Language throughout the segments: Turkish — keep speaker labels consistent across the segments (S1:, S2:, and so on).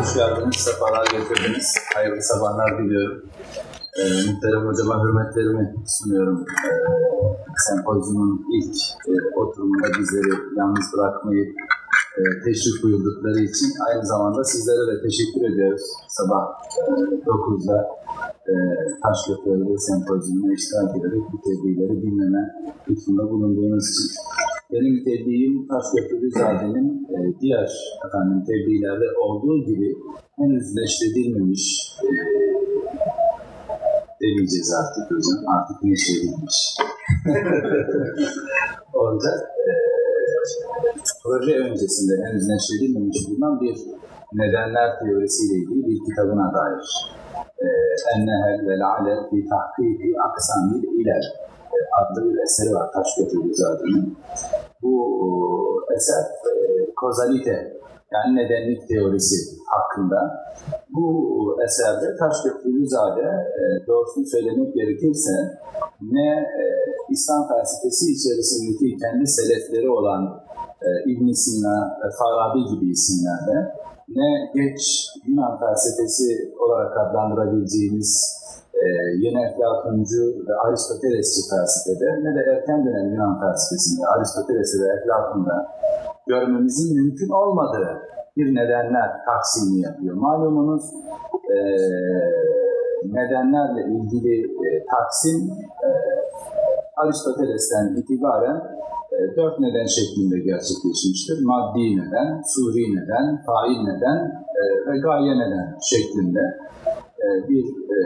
S1: hoş geldiniz, sefalar getirdiniz. Hayırlı sabahlar diliyorum. Muhterem hocama hürmetlerimi sunuyorum. Sempozyumun ilk oturumunda bizleri yalnız bırakmayıp teşrif buyurdukları için aynı zamanda sizlere de teşekkür ediyoruz. Sabah 9'da Taşköprü Sempozyumuna iştirak ederek bu tebliğleri dinleme lütfunda bulunduğunuz için. Benim tebliğim Taşköprüzade'nin diğer tebliğlerde olduğu gibi henüz neşredilmemiş demeyeceğiz artık hocam. Artık neşredilmiş. Orada proje öncesinde henüz neşredilmemiş bulunan bir nedenler teorisiyle ilgili bir kitabına dair. Ennehel vel alel fi tahkiki aksamil ilel adlı bir eseri var Taşköprüzade'nin. Bu eser kozalite yani nedenlik teorisi hakkında. Bu eserde Taşköprüzade doğrusunu söylemek gerekirse ne İslam felsefesi içerisindeki kendi selefleri olan İbn Sina ve Farabi gibi isimlerde ne geç Yunan felsefesi olarak adlandırabileceğimiz yeni Eflatuncu ve Aristotelesçi felsefede ne de erken dönem Yunan felsefesinde Aristoteles'i ve Eflatun'da görmemizin mümkün olmadığı bir nedenler taksimi yapıyor. Malumunuz nedenlerle ilgili taksim Aristoteles'ten itibaren 4 neden şeklinde gerçekleşmiştir. Maddi neden, suri neden, fail neden ve gaye neden şeklinde bir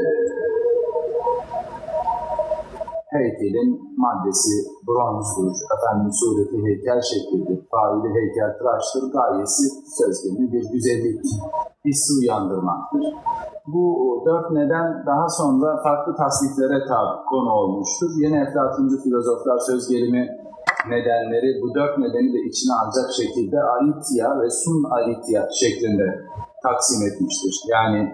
S1: heykelin maddesi bronzdur, sureti heykel şeklidir, faili heykeltıraştır, gayesi söz gelimi bir güzellik hissi uyandırmaktır. Bu 4 neden daha sonra farklı tasniflere konu olmuştur. Yeni Eflatuncu filozoflar söz gelimi nedenleri bu 4 nedeni de içine alacak şekilde aitya ve sun aitya şeklinde taksim etmiştir. Yani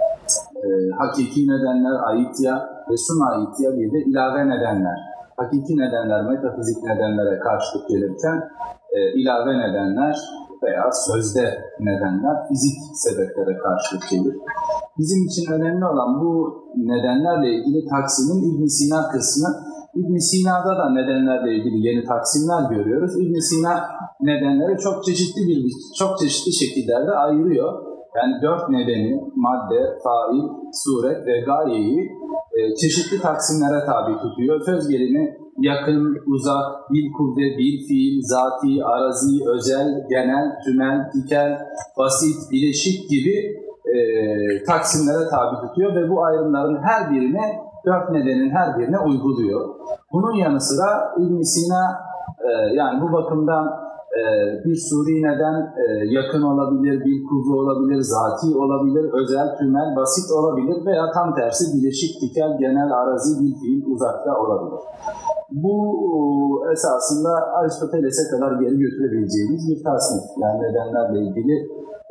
S1: hakiki nedenler aitya ve sun aitya bir de ilave nedenler. Hakiki nedenler metafizik nedenlere karşılık gelirken ilave nedenler veya sözde nedenler fizik sebeplere karşılık gelir. Bizim için önemli olan bu nedenlerle ilgili taksimin İbn Sina kısmı. İbn Sina'da da nedenlerle ilgili yeni taksimler görüyoruz. İbn Sina nedenleri çok çeşitli şekillerde ayırıyor. Yani 4 nedeni, madde, fail, suret ve gayeyi çeşitli taksimlere tabi tutuyor. Söz gelimi yakın, uzak, bil kuvve, bil fiil, zati, arazi, özel, genel, tümel, tikel, basit, bileşik gibi taksimlere tabi tutuyor ve bu ayrımların her birine 4 nedenin her birine uyguluyor. Bunun yanı sıra İbn Sina yani bu bakımdan bir suri neden yakın olabilir, bir kuvve olabilir, zati olabilir, özel, tümel, basit olabilir veya tam tersi bileşik, tikel, genel, arazi, bil fiil, uzakta olabilir. Bu esasında Aristoteles'e kadar geri götürebileceğimiz bir tasnif. Yani nedenlerle ilgili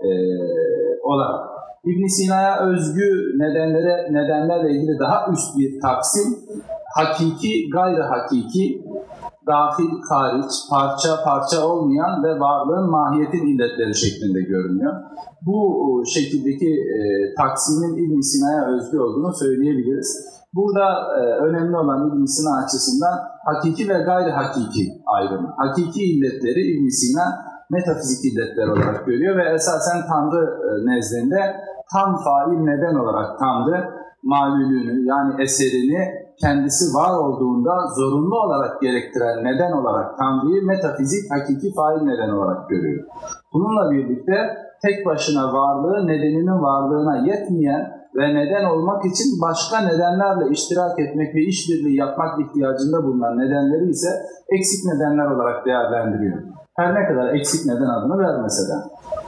S1: olan. İbn Sina'ya özgü nedenlerle ilgili daha üst bir taksim, hakiki, gayri hakiki, dahil, hariç, parça olmayan ve varlığın mahiyetin illetleri şeklinde görünüyor. Bu şekildeki taksimin İbn Sina'ya özgü olduğunu söyleyebiliriz. Burada önemli olan İbn Sina açısından hakiki ve gayri hakiki ayrımı. Hakiki illetleri İbn Sina metafizik illetler olarak görüyor ve esasen Tanrı nezdinde tam fail neden olarak Tanrı malulünü yani eserini kendisi var olduğunda zorunlu olarak gerektiren neden olarak Tanrı'yı metafizik hakiki fail neden olarak görüyor. Bununla birlikte tek başına varlığı nedeninin varlığına yetmeyen ve neden olmak için başka nedenlerle iştirak etmek ve işbirliği yapmak ihtiyacında bulunan nedenleri ise eksik nedenler olarak değerlendiriyor. Her ne kadar eksik neden adını vermese de.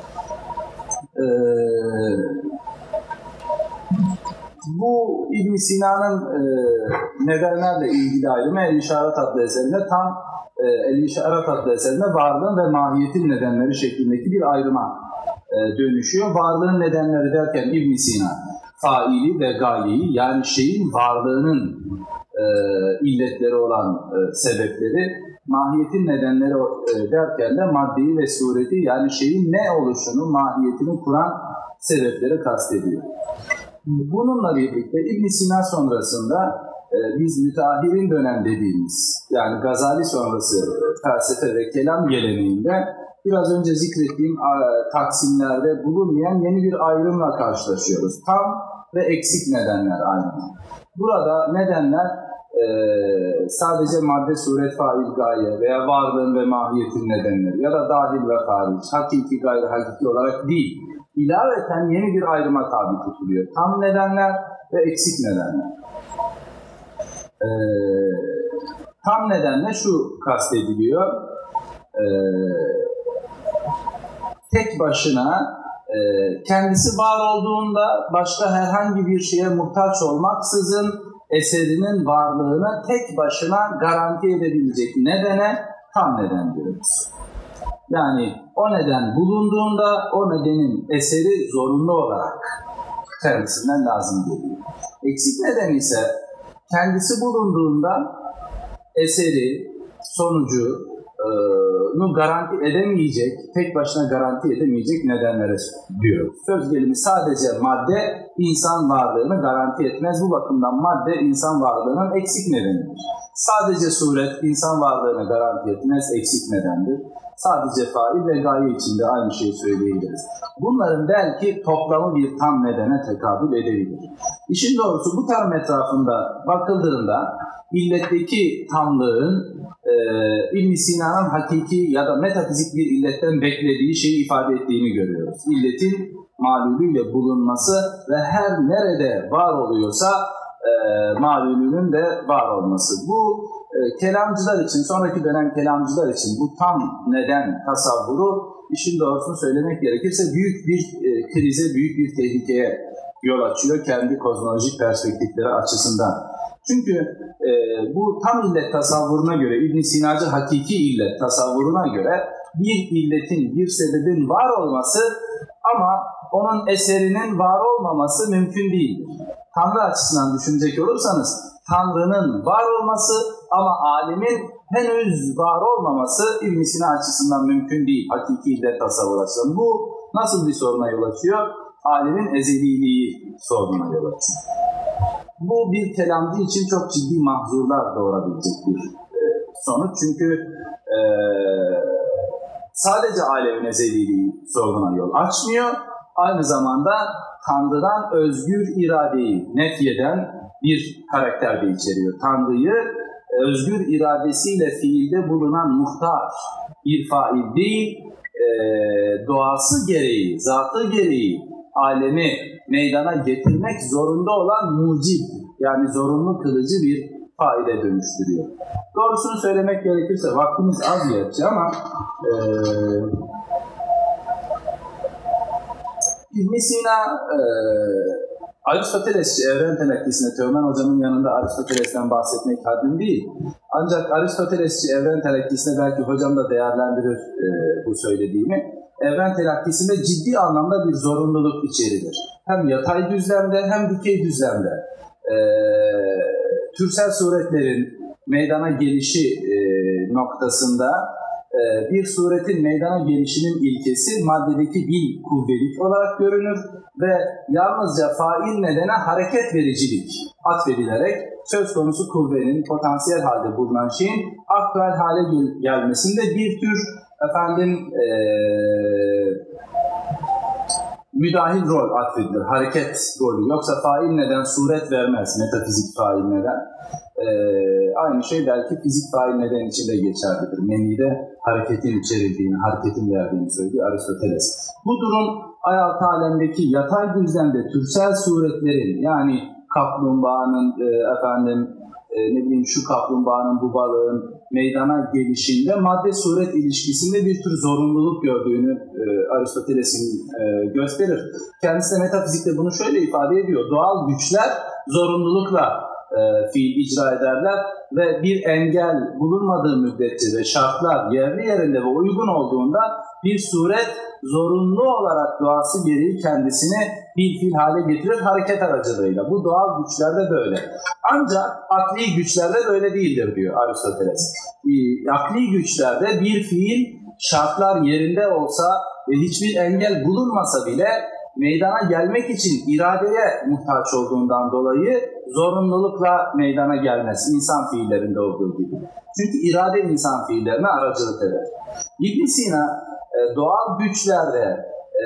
S1: Bu İbn Sina'nın nedenlerle ilgili ayrımı El-İşaret adlı eserinde El-İşaret adlı eserinde varlığın ve mahiyetin nedenleri şeklindeki bir ayrıma dönüşüyor. Varlığın nedenleri derken İbn Sina faili ve gayeyi yani şeyin varlığının illetleri olan sebepleri Mahiyetin nedenleri derken de maddeyi ve sureti, yani şeyin ne oluşunu, mahiyetini kuran sebepleri kastediyor. Bununla birlikte İbn Sina sonrasında biz müteahhirin dönem dediğimiz, yani Gazali sonrası felsefe ve kelam geleneğinde biraz önce zikrettiğim taksimlerde bulunmayan yeni bir ayrımla karşılaşıyoruz. Tam ve eksik nedenler ayrımı. Burada nedenler sadece madde, suret, fail, gaye veya varlığın ve mahiyetin nedenleri ya da dahil ve hariç, hakiki, gayri hakiki olarak değil, ilaveten yeni bir ayrıma tabi tutuluyor. Tam nedenler ve eksik nedenler. Tam nedenle şu kastediliyor: tek başına kendisi var olduğunda başka herhangi bir şeye muhtaç olmaksızın eserinin varlığını tek başına garanti edebilecek nedene tam neden diyoruz. Yani o neden bulunduğunda o nedenin eseri zorunlu olarak kendisinden lazım geliyor. Eksik neden ise kendisi bulunduğunda eseri, sonucunu garanti edemeyecek, tek başına garanti edemeyecek nedenlere diyor. Söz gelimi sadece madde insan varlığını garanti etmez. Bu bakımdan madde insan varlığının eksik nedenidir. Sadece suret insan varlığını garanti etmez, eksik nedendir. Sadece fail ve gaye için de aynı şeyi söyleyebiliriz. Bunların belki toplamı bir tam nedene tekabül edebilir. İşin doğrusu bu tanım etrafında bakıldığında illetteki tamlığın İbn Sina'nın hakiki ya da metafizik bir illetten beklediği şeyi ifade ettiğini görüyoruz. İlletin malulüyle bulunması ve her nerede var oluyorsa malulünün de var olması. Bu kelamcılar için, sonraki dönem kelamcılar için bu tam neden tasavvuru, işin doğrusunu söylemek gerekirse büyük bir krize, büyük bir tehlikeye yol açıyor kendi kozmolojik perspektifleri açısından. Çünkü bu tam illet tasavvuruna göre, İbn Sinacı hakiki illet tasavvuruna göre bir illetin, bir sebebin var olması ama onun eserinin var olmaması mümkün değildir. Tanrı açısından düşünecek olursanız, Tanrı'nın var olması ama alemin henüz var olmaması İbn Sina açısından mümkün değil, hakiki illet tasavvur açısından. Bu nasıl bir soruna yol açıyor? Alemin ezeliliği sorununa yol açıyor. Bu bir kelamcı için çok ciddi mahzurlar doğurabilecek bir sonuç. Çünkü sadece alemin ezeliliği sorununa yol açmıyor, aynı zamanda Tanrı'dan özgür iradeyi nefyeden bir karakter de içeriyor. Tanrı'yı özgür iradesiyle fiilde bulunan muhtar bir fail değil, doğası gereği, zatı gereği alemi meydana getirmek zorunda olan mucib, yani zorunlu kılıcı bir faile dönüştürüyor. Doğrusunu söylemek gerekirse vaktimiz az gerçi ama İbn Sina Aristotelesçi evren telakkisine, Teoman hocamın yanında Aristoteles'ten bahsetmek haddim değil. Ancak Aristotelesçi evren telakkisine belki hocam da değerlendirir bu söylediğimi. Evren telakkisinde ciddi anlamda bir zorunluluk içeridir. Hem yatay düzlemde hem dikey düzlemde. Türsel suretlerin meydana gelişi noktasında bir suretin meydana gelişinin ilkesi maddedeki bil kuvvelik olarak görünür ve yalnızca fail nedene hareket vericilik atfedilerek söz konusu kuvvenin potansiyel halde bulunan şeyin aktüel hale gelmesinde bir tür müdahil rol atfedilir, hareket rolü. Yoksa fail neden suret vermez, metafizik fail neden. Aynı şey belki fizik fail neden için de geçerlidir. Menide hareketin içerildiğini, hareketin verdiğini söylüyor Aristoteles. Bu durum hayat alemdeki yatay düzlemde türsel suretlerin, yani kaplumbağanın, şu kaplumbağanın, bu balığın meydana gelişinde madde-suret ilişkisinde bir tür zorunluluk gördüğünü Aristoteles'in gösterir. Kendisi de metafizikte bunu şöyle ifade ediyor: doğal güçler zorunlulukla fiil icra ederler ve bir engel bulunmadığı müddetçe ve şartlar yerli yerinde ve uygun olduğunda bir suret zorunlu olarak doğası gereği kendisini bir fiil hale getirir hareket aracılığıyla. Bu doğal güçlerde böyle. Ancak akli güçlerde böyle değildir diyor Aristoteles. Akli güçlerde bir fiil şartlar yerinde olsa ve hiçbir engel bulunmasa bile meydana gelmek için iradeye muhtaç olduğundan dolayı zorunlulukla meydana gelmez. İnsan fiillerinde olduğu gibi. Çünkü irade insan fiillerine aracılık eder. İbn Sina doğal güçlerde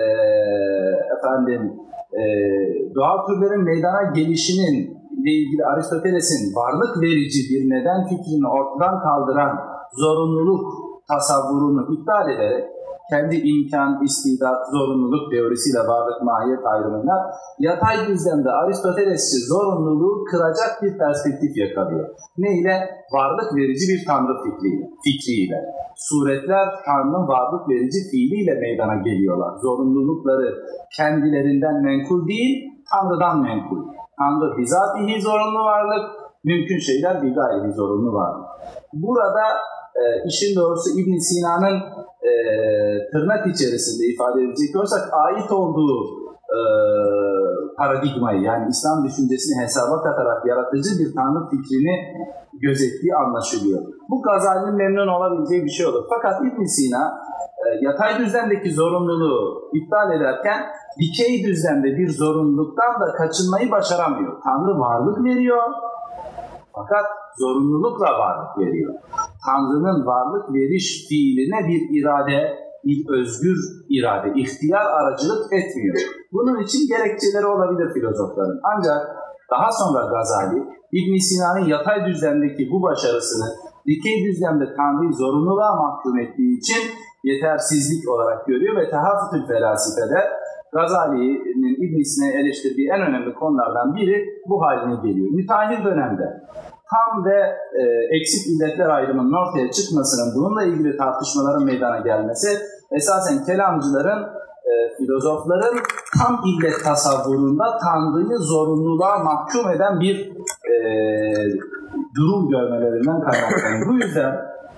S1: doğal türlerin meydana gelişinin ile ilgili Aristoteles'in varlık verici bir neden fikrini ortadan kaldıran zorunluluk tasavvurunu iptal ederek kendi imkan, istidat, zorunluluk teorisiyle varlık mahiyet ayrımıyla yatay düzlemde Aristotelesçi zorunluluğu kıracak bir perspektif yakalıyor. Ne ile? Varlık verici bir tanrı fikriyle. Suretler Tanrı'nın varlık verici fiiliyle meydana geliyorlar. Zorunlulukları kendilerinden menkul değil, Tanrı'dan menkul. Tanrı bizatihi zorunlu varlık, mümkün şeyler bir gayri zorunlu varlık. Burada işin doğrusu İbn Sina'nın tırnak içerisinde ifade edecek olursak ait olduğu paradigmayı, yani İslam düşüncesini hesaba katarak yaratıcı bir tanrı fikrini gözettiği anlaşılıyor. Bu Gazali'nin memnun olabileceği bir şey olur. Fakat İbn Sina yatay düzlemdeki zorunluluğu iptal ederken dikey düzlemde bir zorunluluktan da kaçınmayı başaramıyor. Tanrı varlık veriyor fakat zorunlulukla varlık veriyor. Tanrı'nın varlık veriş fiiline bir irade, bir özgür irade, ihtiyar aracılık etmiyor. Bunun için gerekçeleri olabilir filozofların. Ancak daha sonra Gazali, İbn Sina'nın yatay düzlemdeki bu başarısını dikey düzlemde Tanrı'yı zorunluluğa mahkum ettiği için yetersizlik olarak görüyor ve Tehafütül Felasife'de Gazali'nin İbn Sina'yı eleştirdiği en önemli konulardan biri bu haline geliyor. Müteahhir dönemde tam ve eksik illetler ayrımının ortaya çıkmasının, bununla ilgili tartışmaların meydana gelmesi, esasen kelamcıların, filozofların tam illet tasavvurunda Tanrı'yı zorunluluğa mahkum eden bir durum görmelerinden kaynaklanıyor. Bu yüzden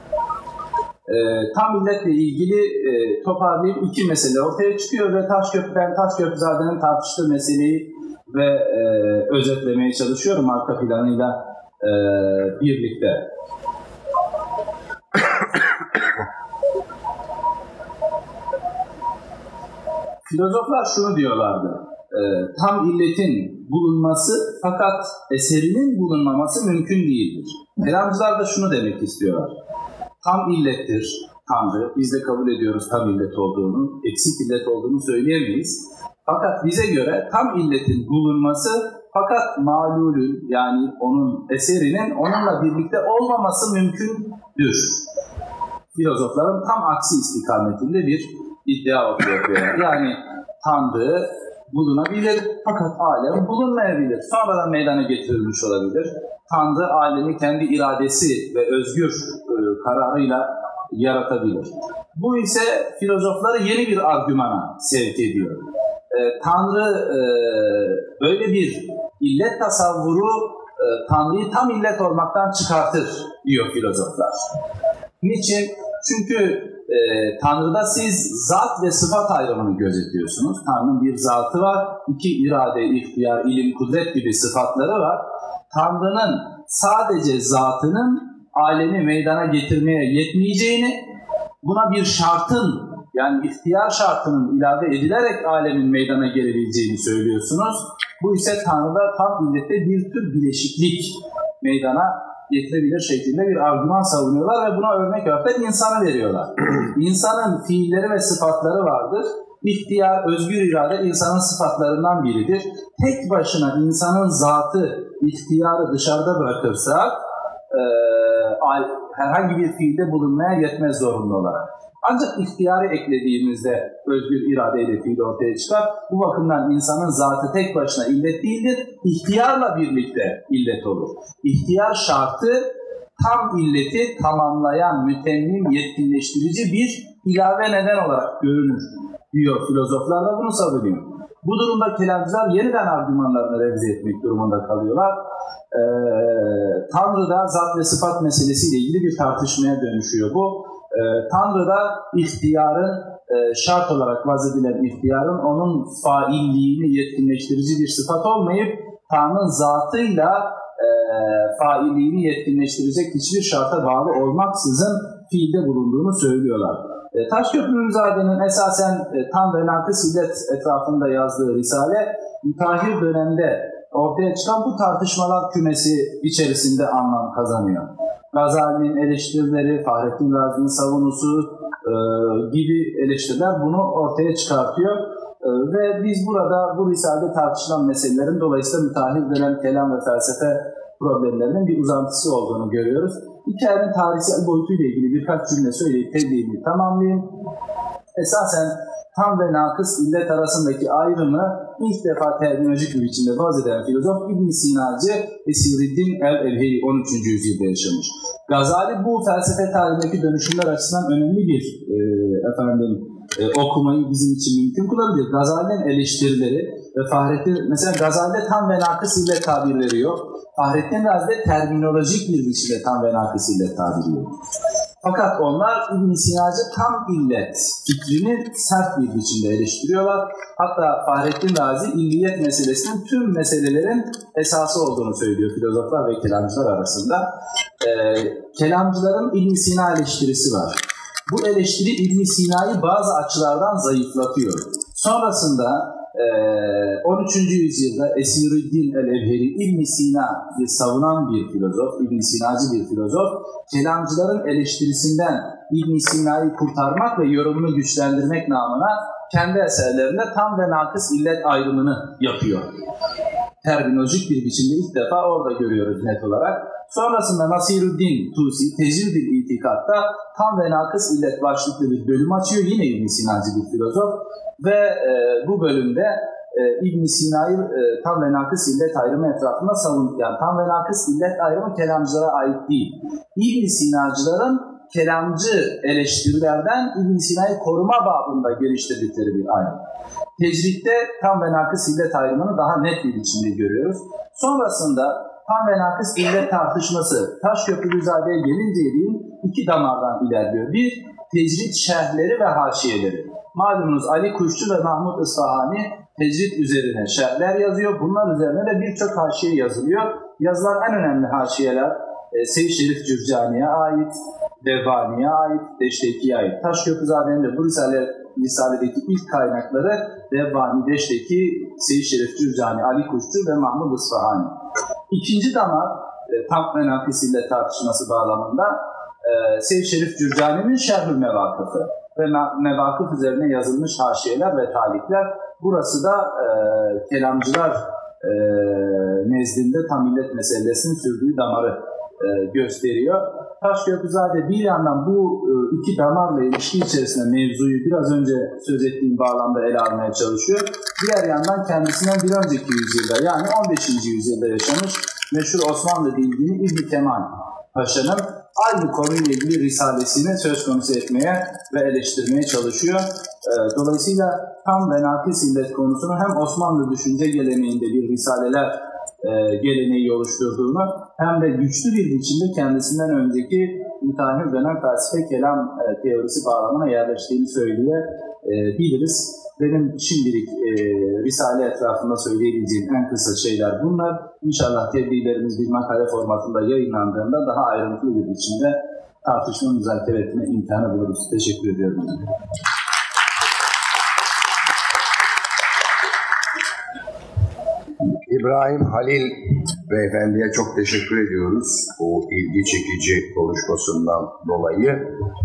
S1: tam illetle ilgili toparlayıp iki mesele ortaya çıkıyor ve Taşköprüzade'nin tartıştığı meseleyi ve özetlemeye çalışıyorum arka planıyla birlikte. Filozoflar şunu diyorlardı. Tam illetin bulunması fakat eserinin bulunmaması mümkün değildir. Kelamcılar da şunu demek istiyorlar. Tam illettir Tanrı. Biz de kabul ediyoruz tam illet olduğunu, eksik illet olduğunu söyleyemeyiz. Fakat bize göre tam illetin bulunması fakat malulün, yani onun eserinin onunla birlikte olmaması mümkündür. Filozofların tam aksi istikametinde bir iddia ortaya koyuyor. Yani Tanrı bulunabilir fakat alem bulunmayabilir. Sonradan meydana getirilmiş olabilir. Tanrı alemi kendi iradesi ve özgür kararıyla yaratabilir. Bu ise filozofları yeni bir argümana sevk ediyor. Tanrı böyle bir illet tasavvuru Tanrı'yı tam illet olmaktan çıkartır diyor filozoflar. Niçin? Çünkü Tanrı'da siz zat ve sıfat ayrımını gözetiyorsunuz. Tanrı'nın bir zatı var, iki irade, ihtiyar, ilim, kudret gibi sıfatları var. Tanrı'nın sadece zatının alemi meydana getirmeye yetmeyeceğini, buna bir şartın, yani ihtiyar şartının ilave edilerek alemin meydana gelebileceğini söylüyorsunuz. Bu ise Tanrı'da tam illette bir tür bileşiklik meydana getirebilir şeklinde bir argüman savunuyorlar ve buna örnek olarak insanı veriyorlar. İnsanın fiilleri ve sıfatları vardır. İhtiyar, özgür irade insanın sıfatlarından biridir. Tek başına insanın zatı, ihtiyarı dışarıda bırakırsak herhangi bir fiilde bulunmaya yetmez zorunlu olarak. Ancak ihtiyarı eklediğimizde özgür iradeyle fiil ortaya çıkar. Bu bakımdan insanın zatı tek başına illet değildir. İhtiyarla birlikte illet olur. İhtiyar şartı tam illeti tamamlayan, mütemmim, yetkinleştirici bir ilave neden olarak görünür diyor. Filozoflar da bunu savunuyor. Bu durumda kelamcılar yeniden argümanlarını revize etmek durumunda kalıyorlar. Tanrı'da zat ve sıfat meselesiyle ilgili bir tartışmaya dönüşüyor bu. Tanrı'da ihtiyarın şart olarak vazedilen ihtiyarın onun failliğini yetkinleştirici bir sıfat olmayıp Tanrı'nın zatıyla failliğini yetkinleştirecek hiçbir şarta bağlı olmaksızın fiilde bulunduğunu söylüyorlar. Taşköprülüzade'nin esasen tam ve nakıs illet etrafında yazdığı risale, müteahhir dönemde ortaya çıkan bu tartışmalar kümesi içerisinde anlam kazanıyor. Gazali'nin eleştirileri, Fahrettin Razi'nin savunusu gibi eleştiriler bunu ortaya çıkartıyor. Ve biz burada bu risalede tartışılan meselelerin dolayısıyla müteahhir dönem kelam ve felsefe problemlerinin bir uzantısı olduğunu görüyoruz. Hikayenin tarihsel boyutuyla ilgili birkaç cümle söyleyip tebliğimi tamamlayayım. Esasen tam ve nakıs illet arasındaki ayrımı ilk defa terminolojik bir biçimde vaz eden filozof İbn-i Sinacı Esiriddin el-Ebheri 13. yüzyılda yaşamış. Gazali bu felsefe tarihindeki dönüşümler açısından önemli bir okumayı bizim için mümkün kılabilir. Gazali'nin eleştirileri ve Fahrettin, mesela Gazali'de tam ve nakıs illet tabirleri yok. Fahrettin Razi'de terminolojik bir biçimde tam ve nakıs illet tabiri yok. Fakat onlar İbn-i Sinacı tam illet fikrini sert bir biçimde eleştiriyorlar. Hatta Fahrettin Razi illiyet meselesinin tüm meselelerin esası olduğunu söylüyor filozoflar ve kelamcılar arasında. Kelamcıların İbn-i Sina eleştirisi var. Bu eleştiri İbn-i Sina'yı bazı açılardan zayıflatıyor. Sonrasında 13. yüzyılda Esiriddin el-Ebheri İbn-i Sina'yı savunan bir filozof, İbn-i Sinacı bir filozof, kelamcıların eleştirisinden İbn-i Sina'yı kurtarmak ve yorumunu güçlendirmek namına kendi eserlerinde tam ve nakıs illet ayrımını yapıyor. Terminolojik bir biçimde ilk defa orada görüyoruz net olarak. Sonrasında Nasiruddin Tusi Tecrid-i İtikad'da tam ve nakıs illet başlıklı bir bölüm açıyor. Yine İbn-i Sinacı bir filozof ve bu bölümde İbn-i Sina'yı tam ve nakıs illet ayrımı etrafında savunuyor. Yani tam ve nakıs illet ayrımı kelamcılara ait değil. İbn-i Sinacıların kelamcı eleştirilerden İbn-i Sina'yı koruma babında geliştirdikleri bir ayrım. Tecrid'de tam ve nakıs illet ayrımını daha net bir biçimde görüyoruz. Sonrasında tam ve nakıs illet tartışması Taşköprülüzade'ye gelinceye değin iki damardan ilerliyor. Bir, tecrid şerhleri ve haşiyeleri. Malumunuz Ali Kuşçu ve Mahmud Isfahani tecrid üzerine şerhler yazıyor. Bunlar üzerine de birçok haşiye yazılıyor. Yazılan en önemli haşiyeler Seyyid Şerif Cürcani'ye ait, Devani'ye ait, Deşteki'ye ait. Taşköprüzade'nin de bu risaledeki ilk kaynakları Devani, Deşteki, Seyyid Şerif Cürcani, Ali Kuşçu ve Mahmud Isfahani. İkinci damar tam ve nakıs illet tartışması bağlamında Seyyid Şerif Cürcani'nin Şerh-ül Mevakıfı ve mevakıf üzerine yazılmış haşiyeler ve talikler. Burası da kelamcılar nezdinde tam illet meselesinin sürdüğü damarı gösteriyor. Taşköprüzade bir yandan bu iki damarla ilişki içerisinde mevzuyu biraz önce söz ettiğim bağlamda ele almaya çalışıyor. Diğer yandan kendisinden bir önceki yüzyılda yani 15. yüzyılda yaşamış meşhur Osmanlı bilgini İbn Kemal Paşa'nın aynı konuyla ilgili risalesini söz konusu etmeye ve eleştirmeye çalışıyor. Dolayısıyla tam ve nakıs illet konusunu hem Osmanlı düşünce geleneğinde bir risaleler geleneği oluşturduğunu hem de güçlü bir biçimde kendisinden önceki müteahhir dönem felsefe kelam teorisi bağlamına yerleştiğini söyleyebiliriz. Benim şimdilik risale etrafında söyleyebileceğim en kısa şeyler bunlar. İnşallah tebliğlerimiz bir makale formatında yayınlandığında daha ayrıntılı bir biçimde tartışma müzakere etme imkanı buluruz. Teşekkür ediyorum.
S2: İbrahim Halil Beyefendi'ye çok teşekkür ediyoruz bu ilgi çekici konuşmasından dolayı.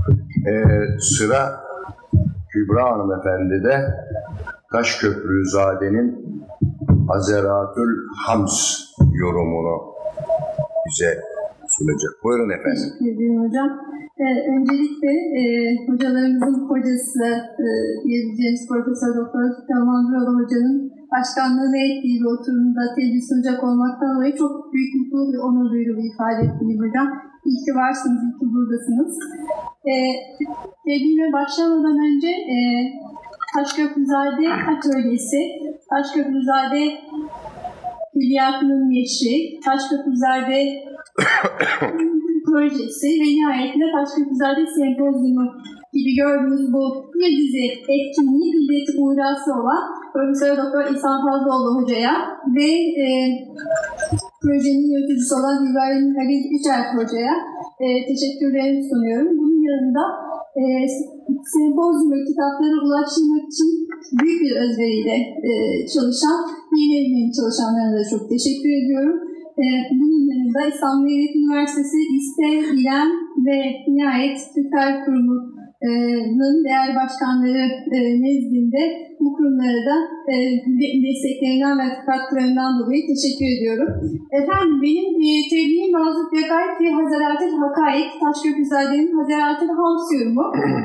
S2: Sıra Kübra Hanımefendi'de Taşköprüzade'nin Azeratül Hams yorumunu bize sunacak. Buyurun efendim.
S3: Teşekkür ederim hocam. Öncelikle hocalarımızın hocası diyebileceğimiz Profesör Doktor Teoman Duroğlu hocanın başkanlığını ettiği bir oturumda tebliğ sunacak olmaktan dolayı çok büyük mutluluk ve onur duyduğumu ifade etmeliyim hocam. İyi ki varsınız, iyi ki buradasınız. Tebliğime başlamadan önce Taşköprüzade Atölyesi, Taşköprüzade Külliyatının Neşri, Taşköprüzade projesi ve nihayetinde Taşköprüzade Sempozyumu gibi gibi gördüğünüz bu bir dizi etkinliği bildiri uğrası olan Profesör Doktor İhsan Fazlıoğlu Hoca'ya ve projenin yöneticisi olan İbrahim Halil Üçer Hoca'ya teşekkürlerimi sunuyorum. Bunun yanında sempozyuma kitaplara ulaştırmak için büyük bir özveriyle çalışan yeni evinin çalışanlarına da çok teşekkür ediyorum. Bunun yanında İstanbul Devlet Üniversitesi, İSTE, İLEM ve nihayet Türkler Kurumu'nun değerli başkanları nezdinde bu kurumlara da desteklerinden ve katkılarından dolayı teşekkür ediyorum. Efendim benim tebliğim Razut Yakayt ve Hazarat-ı Hakaik, Taşköprüzade'nin Hazarat-ı Hams yorumu.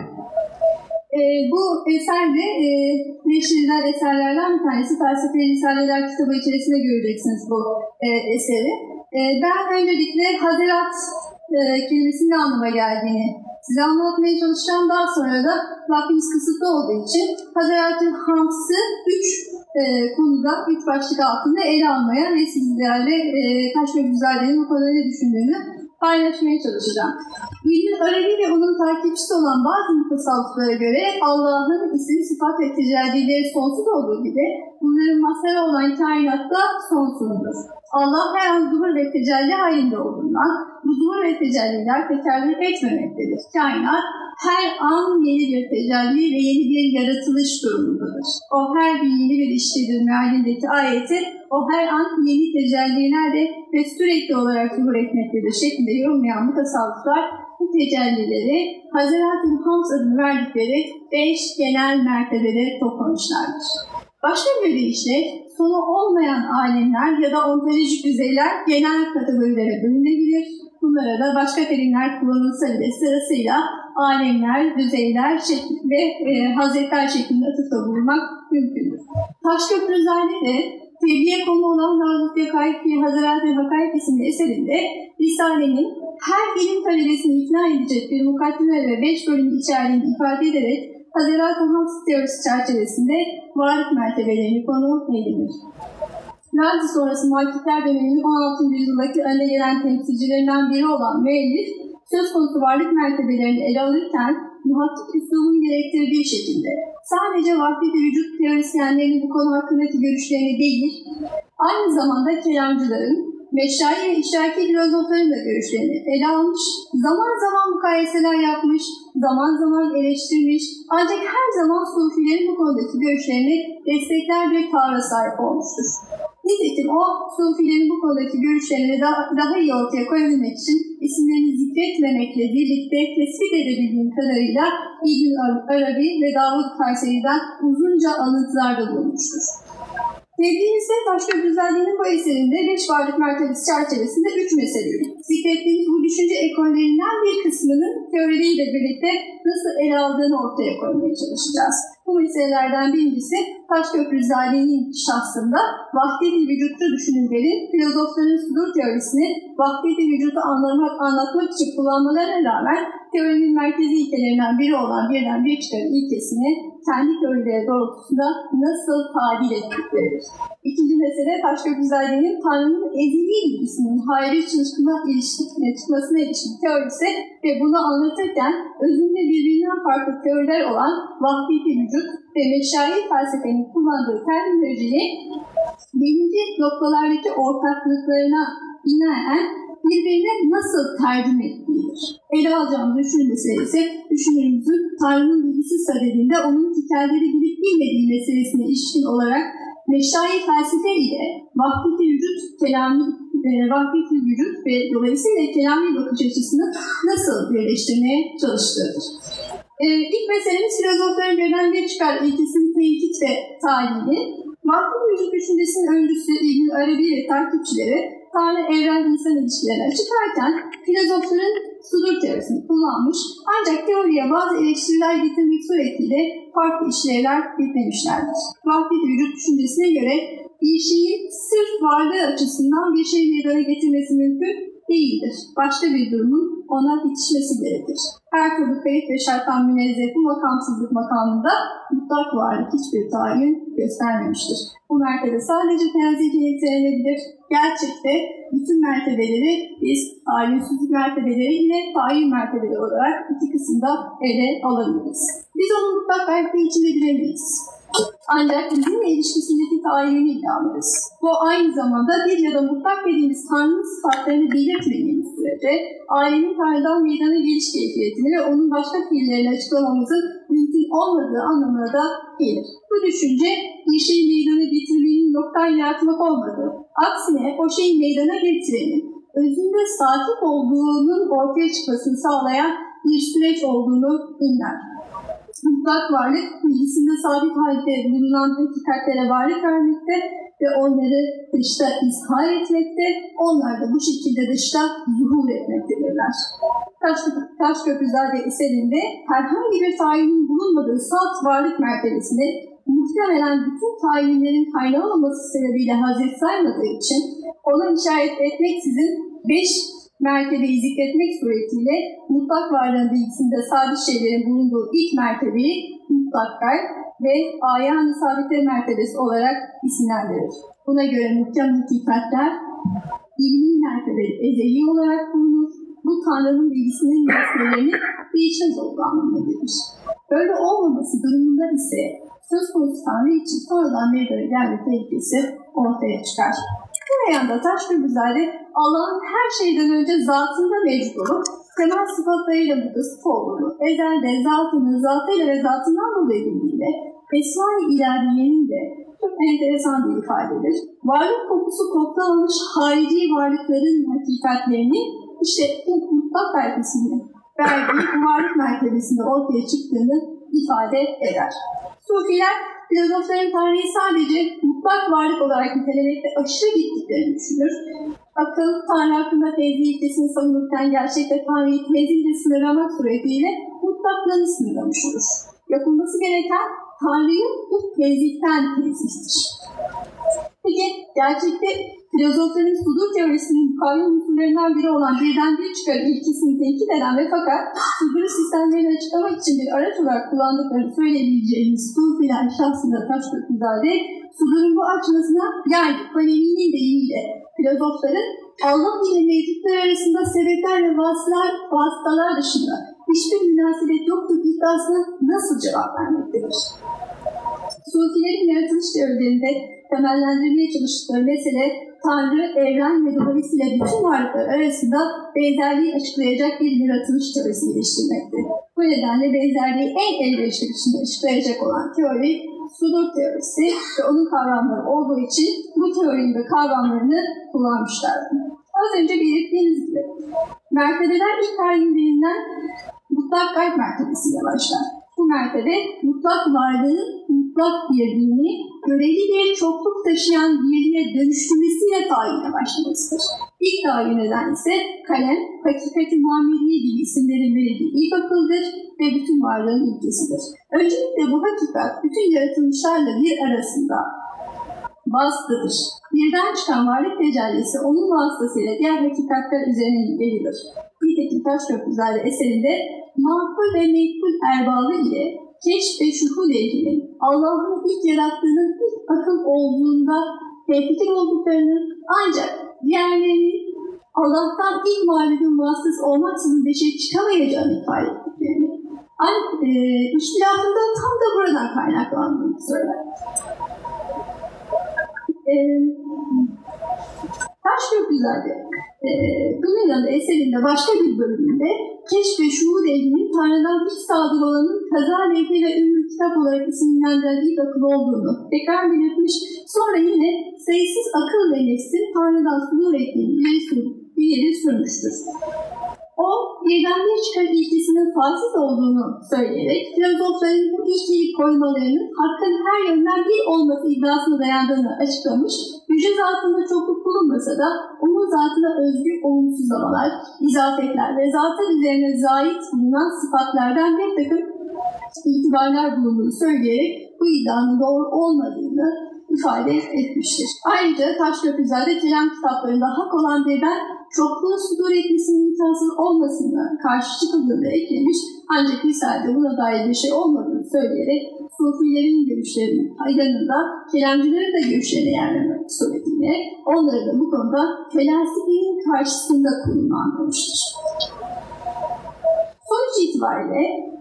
S3: Bu eser de neşredilen eserlerden bir tanesi. Felsefe-i Risaleler kitabı içerisinde göreceksiniz bu eseri. Ben öncelikle Hazarat kelimesinin ne anlama geldiğini size anlatmaya çalışacağım. Daha sonra da vaktimiz kısıtlı olduğu için Hazarat-ı Hams'ı 3 konuda, 3 başlık altında ele almaya ve sizlerle Taşköprüzade'nin bu konuda ne düşündüğünü paylaşmaya çalışacağım. İbn Arabi ve onun takipçisi olan bazı mutasavvıflara göre Allah'ın isim, sıfat ve tecellileri sonsuz olduğu gibi bunların mazharı olan kainat da sonsuzdur. Allah her an zuhur ve tecelli halinde olduğundan bu zuhur ve tecelliler tekerrür etmemektedir. Kainat her an yeni bir tecelli ve yeni bir yaratılış durumundadır. O her bir yeni bir işledir mealindeki ayeti o her an yeni tecellilerle ve sürekli olarak zuhur etmektedir şeklinde yorumlayan mutasavvıflar bu tecellileri Hazarat-ı Hams adını verdikleri 5 genel mertebede toplamışlardır. Başka bir deyişle sonu olmayan alemler ya da ontolojik düzeyler genel kategorilere bölünebilir. Bunlara da başka terimler kullanılsa bile sırasıyla alemler, düzeyler ve hazretler şeklinde atıfta bulunmak mümkündür. Taşköprüzade de tebliğe konu olan Razut Yakayt ve Hazarat-ı Hakaik isimli eserinde Risale'nin her ilim talebesini ikna edecek bir mukaddime ve 5 bölüm içeriğini ifade ederek Hazarat-ı Hams teorisi çerçevesinde varlık mertebelerini konu edilir. Nazi sonrası muhakkikler döneminin 16. yüzyıldaki önde gelen temsilcilerinden biri olan müellif, söz konusu varlık mertebelerini ele alırken muhakkik üslubun gerektirdiği şekilde sadece vahdet-i vücut teorisyenlerinin bu konu hakkındaki görüşlerini değil, aynı zamanda kelamcıların, meşayi ve işraki filozofların da görüşlerini ele almış, zaman zaman mukayeseler yapmış, zaman zaman eleştirmiş, ancak her zaman sufilerin bu konudaki görüşlerini destekler bir tavra sahip olmuştur. Nitekim o, sufilerin bu konudaki görüşlerini daha iyi ortaya koyabilmek için isimlerini zikretmemekle birlikte tespit edebildiğim kadarıyla İbn Arabi ve Davud Kayseri'den uzunca alıntılarda bulunmuştur. Dediğimizde Taşköprüzade'nin bu eserinde 5 varlık mertebesi çerçevesinde 3 meseleyi zikrettiğimiz bu düşünce ekollerinden bir kısmının teorileriyle birlikte nasıl ele aldığını ortaya koymaya çalışacağız. Bu meselelerden birincisi Taşköprüzade'nin şahsında vahdet-i vücutçu düşünürlerin filozofların sudur teorisini vahdet-i vücudu anlatmak için kullanmalarına rağmen teorinin merkezi ilkelerinden biri olan birden bir çıkarı ilkesini kendi teorileri doğrultusunda nasıl tabir ettikleridir. İkinci mesele Taşköprüzade'nin Tanrı'nın ezeli bir isminin hayri çıkmasına ilişkin teorisi ve bunu anlatırken özünde birbirinden farklı teoriler olan vahdet-i vücut ve meşayi felsefenin kullandığı terminolojiyi birinci noktalardaki ortaklıklarına binaen birbirine nasıl tercüme ettiğidir. Ele alacağımız üçüncü mesele ise düşünürümüzün Tanrı'nın bilgisi sadedinde onun hikayeleri bilip bilmediği meselesine ilişkin olarak meşayi felsefe ile vahdet-i vücut ve dolayısıyla kelami bakış açısını nasıl birleştirmeye çalıştığıdır. İlk meselemiz filozofların birden bir çıkar ilkesinin tenkit ve tahlili. Vahdet-i vücut düşüncesinin öncüsü İbn Arabi ve takipçileri Tanrı evren insan ilişkilerini açıklarken filozofların sudur teorisini kullanmış ancak teoriye bazı eleştiriler getirmek suretiyle farklı işlevler yüklemişlerdir. Vahdet-i vücut düşüncesine göre bir şeyin sırf varlığı açısından bir şeyi meydana getirmesi mümkün değildir. Başka bir durumun ona bitişmesi gerekir. Her türlü kayıt ve şarttan münezzeh bu makamsızlık makamında mutlak varlık hiçbir tayin göstermemiştir. Bu mertebe sadece tenzih nitelenebilir. Gerçekte bütün mertebeleri biz tayinsizlik mertebeleri ile tayin mertebeleri olarak iki kısımda ele alabiliriz. Biz onu mutlak verdiği içinde bilemeyiz. Ancak bizimle ilişkisindeki tayini iddialıyız. Bu aynı zamanda bir ya da mutlak dediğimiz Tanrı'nın sıfatlarını belirtmediğimiz sürece ailenin Tanrı'dan meydana geliş keyfiyetini ve onun başka fiillerini açıklamamızın mümkün olmadığı anlamına da gelir. Bu düşünce bir şeyi meydana getirmenin yoktan yaratmak olmadığı, aksine o şeyi meydana getirenin özünde sahip olduğunun ortaya çıkmasını sağlayan bir süreç olduğunu inler. Mutlak varlık, bilgisinde sabit halde bulunan hakikatlere varlık vermekte ve onları dışta izhar etmekte, onlar da bu şekilde dışta zuhur etmektedirler. Taşköprüzade eserinde herhangi bir tayinin bulunmadığı salt varlık mertebesini muhtemelen bütün tayinlerin kaynağı olması sebebiyle hazret saymadığı için ona işaret etmeksizin 5 mertebeyi zikretmek suretiyle mutlak varlığın bilgisinde sabit şeylerin bulunduğu ilk mertebeyi mutlak kalp ve ayağın sabitler mertebesi olarak isimlendirir. Buna göre muhkem hakikatler ilmi mertebeli ezeli olarak bulunur. Bu Tanrı'nın bilgisinin nesnelerini değişmez olduğu anlamına gelir. Böyle olmaması durumunda ise söz konusu Tanrı için sonradan meydana gelme tehlikesi ortaya çıkar. Bu yanda Taşköprüzade Allah'ın her şeyden önce zatında mevcut olup temel sıfatlarıyla mutasıf olduğunu, ezelde zatının zatıyla ve zatından dolayı bildiğinde Esma-i İlahiye'nin de çok enteresan bir ifadedir. Varlık kokusu koklanmış harici varlıkların hakikatlerini işte bu mutlak belgesini verdiği varlık mertebesinde ortaya çıktığını ifade eder. Sufiler, filozofların Tanrı'yı sadece mutlak varlık olarak nitelemekte aşırı gittiklerini düşünür. Akıl, Tanrı hakkında tezih ilkesini savunurken gerçekte Tanrı'yı tezihle sınırlamak suretiyle mutlaklığını sınırlamış olur. Yapılması gereken Tanrı'yı bu tezihten tezihtir. Peki, gerçekte filozofların sudur teorisinin mukayyum unsurlarından biri olan birden bir çıkar ilkesini tenkit eden ve fakat sudur sistemlerini açıklamak için bir araç olarak kullandıklarını söyleyebileceğimiz sufiler şahsında Taşköprüzade, sudurun bu açmasına yani Palevi'nin deyimiyle filozofların Allah ile mevcutlar arasında sebepler ve vasıtalar dışında hiçbir münasebet yoktur iddiasına nasıl cevap vermektedir? Sufilerin yaratılış teorilerinde temellendirmeye çalıştıkları mesele Tanrı, evren ve dolayısıyla bütün varlıklar arasında benzerliği açıklayacak bir yaratılış teorisi geliştirmektir. Bu nedenle benzerliği en elverişli biçimde açıklayacak olan teori sudur teorisi ve onun kavramları olduğu için bu teorinin ve kavramlarını kullanmışlardır. Az önce belirttiğimiz gibi mertebeler ilk tayinlerinden mutlak kalp mertebesiyle başlar. Bu mertebe mutlak varlığın mutlak birliğini göreli bir çokluk taşıyan birliğe dönüştürmesiyle tayine başlamasıdır. İlk tayin eden ise kalem, hakikati Muhammediye gibi isimlerin verildiği ilk akıldır ve bütün varlığın ilkesidir. Öncelikle bu hakikat bütün yaratılmışlarla bir arasında vasıtadır. Birden çıkan varlık tecellisi onun vasıtasıyla diğer hakikatler üzerine yayılır. Nitekim Taşköprüzade eserinde makul ve menkul erbabı ile keşf ve şuhud ehlinin Allah'ın ilk yarattığının ilk akıl olduğunda tevfikir olduklarını ancak diğerlerinin Allah'tan ilk varlığın vasıtası olmaksızın beşe çıkamayacağını ifade ettiklerini ihtilafında tam da buradan kaynaklandığını söyler. Taşköprüzade Gülmen'in eserinde başka bir bölümünde keşf ve şuhud ehlinin Tanrı'dan ilk sadır olanın kaza levhi ve ümmü kitap olarak isimlendirilen ilk akıl olduğunu tekrar belirtmiş, sonra yine sayısız akıl ve nefsin Tanrı'dan sudur ettiğini ileri sürmüştür. O, birden bir çıkar ilkesinin fasıl olduğunu söyleyerek filozofların bu ilkeyi koymalarının hakkın her yönden bir olması iddiasına dayandığını açıklamış, yüce zatında çokluk bulunmasa da onun zatına özgü olumsuzlamalar, izafetler ve zatın üzerine zahit bulunan sıfatlardan bir takım itibarlar bulunduğunu söyleyerek bu iddianın doğru olmadığını ifade etmiştir. Ayrıca Taşköprüzade kelam kitaplarında hak olan bir ben çokluğu sudur etmesinin imkansız olmasına karşı çıkıldığında eklemiş, ancak Risale'de buna dair bir şey olmadığını söyleyerek Sufilerin görüşlerinin yanında kelamcıların da görüşlerine yerlemek suretiyle onları da bu konuda felsefenin karşısında konumunu anlamıştır. Sonuç itibariyle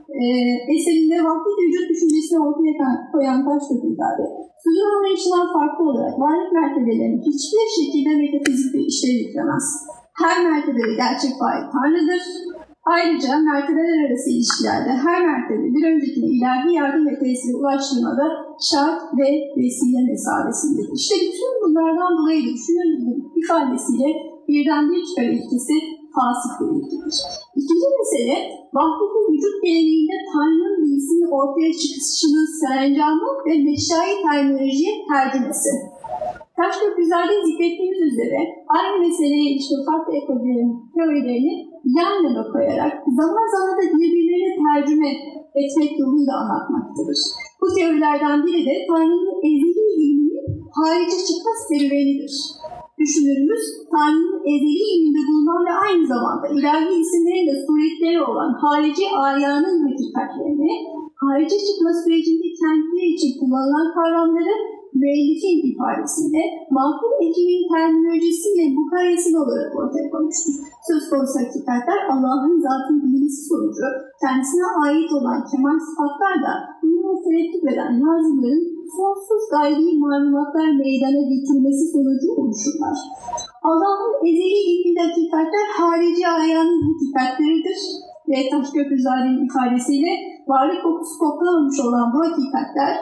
S3: eserinde vakti vücut düşüncesini ortaya koyan Taşköprüzade, sudur anlayışından farklı olarak varlık mertebelerini hiçbir şekilde metafizik bir işlev yüklemez. Her mertebede gerçek varlık Tanrı'dır. Ayrıca mertebeler arası ilişkilerde her mertebe bir öncekine ilahi yardım ve tesiri ulaştırmada şart ve vesile mesabesindedir. İşte bütün bunlardan dolayı düşünün ifadesiyle birden bir çıkar ilkesi fasih bir ilkedir. İkinci mesele, vahdeti vücut geleneğinde Tanrı'nın bilgisinin ortaya çıkışının serencamı ve meşai terminolojiye tercümesi. Taşköprüzade zikrettiğimiz üzere aynı meseleye ilişkin farklı ekollerin teorilerini yan yana koyarak zaman zaman da birbirlerine tercüme etmek yoluyla anlatmaktadır. Bu teorilerden biri de Tanrı'nın ezeli ilminin harice çıkma serüvenidir. Düşünürümüz, Tanrı'nın ezeli ilminde bulunan ve aynı zamanda ilahi isimlerin de suretleri olan harici ayanın hakikatlerini, harice çıkma sürecinde kendileri için kullanılan kavramları müellifin ifadesiyle makul ekimin terminolojisiyle mukayyesel olarak ortaya koymuştur. Söz konusu hakikatler Allah'ın zatın bilgisi sonucu kendisine ait olan kemal sıfatlar da bunu tereddüt eden yazıların sonsuz gaybi malumatlar meydana getirmesi sonucu oluşurlar. Allah'ın ezeli ilminde hakikatler harici ayanın hakikatleridir ve Taşköprüzade'nin ifadesiyle varlık kokusu koklamamış olan bu hakikatler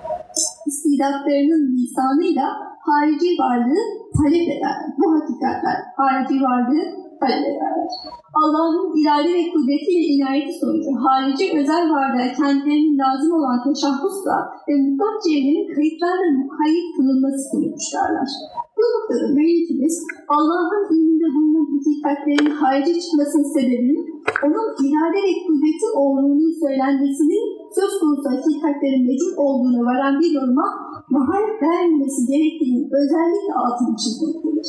S3: istidatlarının lisanıyla harici varlığı talep eder. Bu hakikatler harici varlığı talep ederler. Allah'ın irade ve kudretiyle inayeti sonucu harici özel varlığa kendilerinin lazım olan teşahhusla ve mutlak cevherin kayıtlarla mukayyet kılınması sonuçlarlar. Bu noktada müellifimiz Allah'ın ilminde bulunan hakikatlerin harici çıkmasının sebebinin onun irade ve kudreti olduğunun söylenmesinin söz konusu hakikatlerin mecbur olduğuna varan bir yoruma mahal vermemesi gerektiğinin özellikle altını çizmektedir.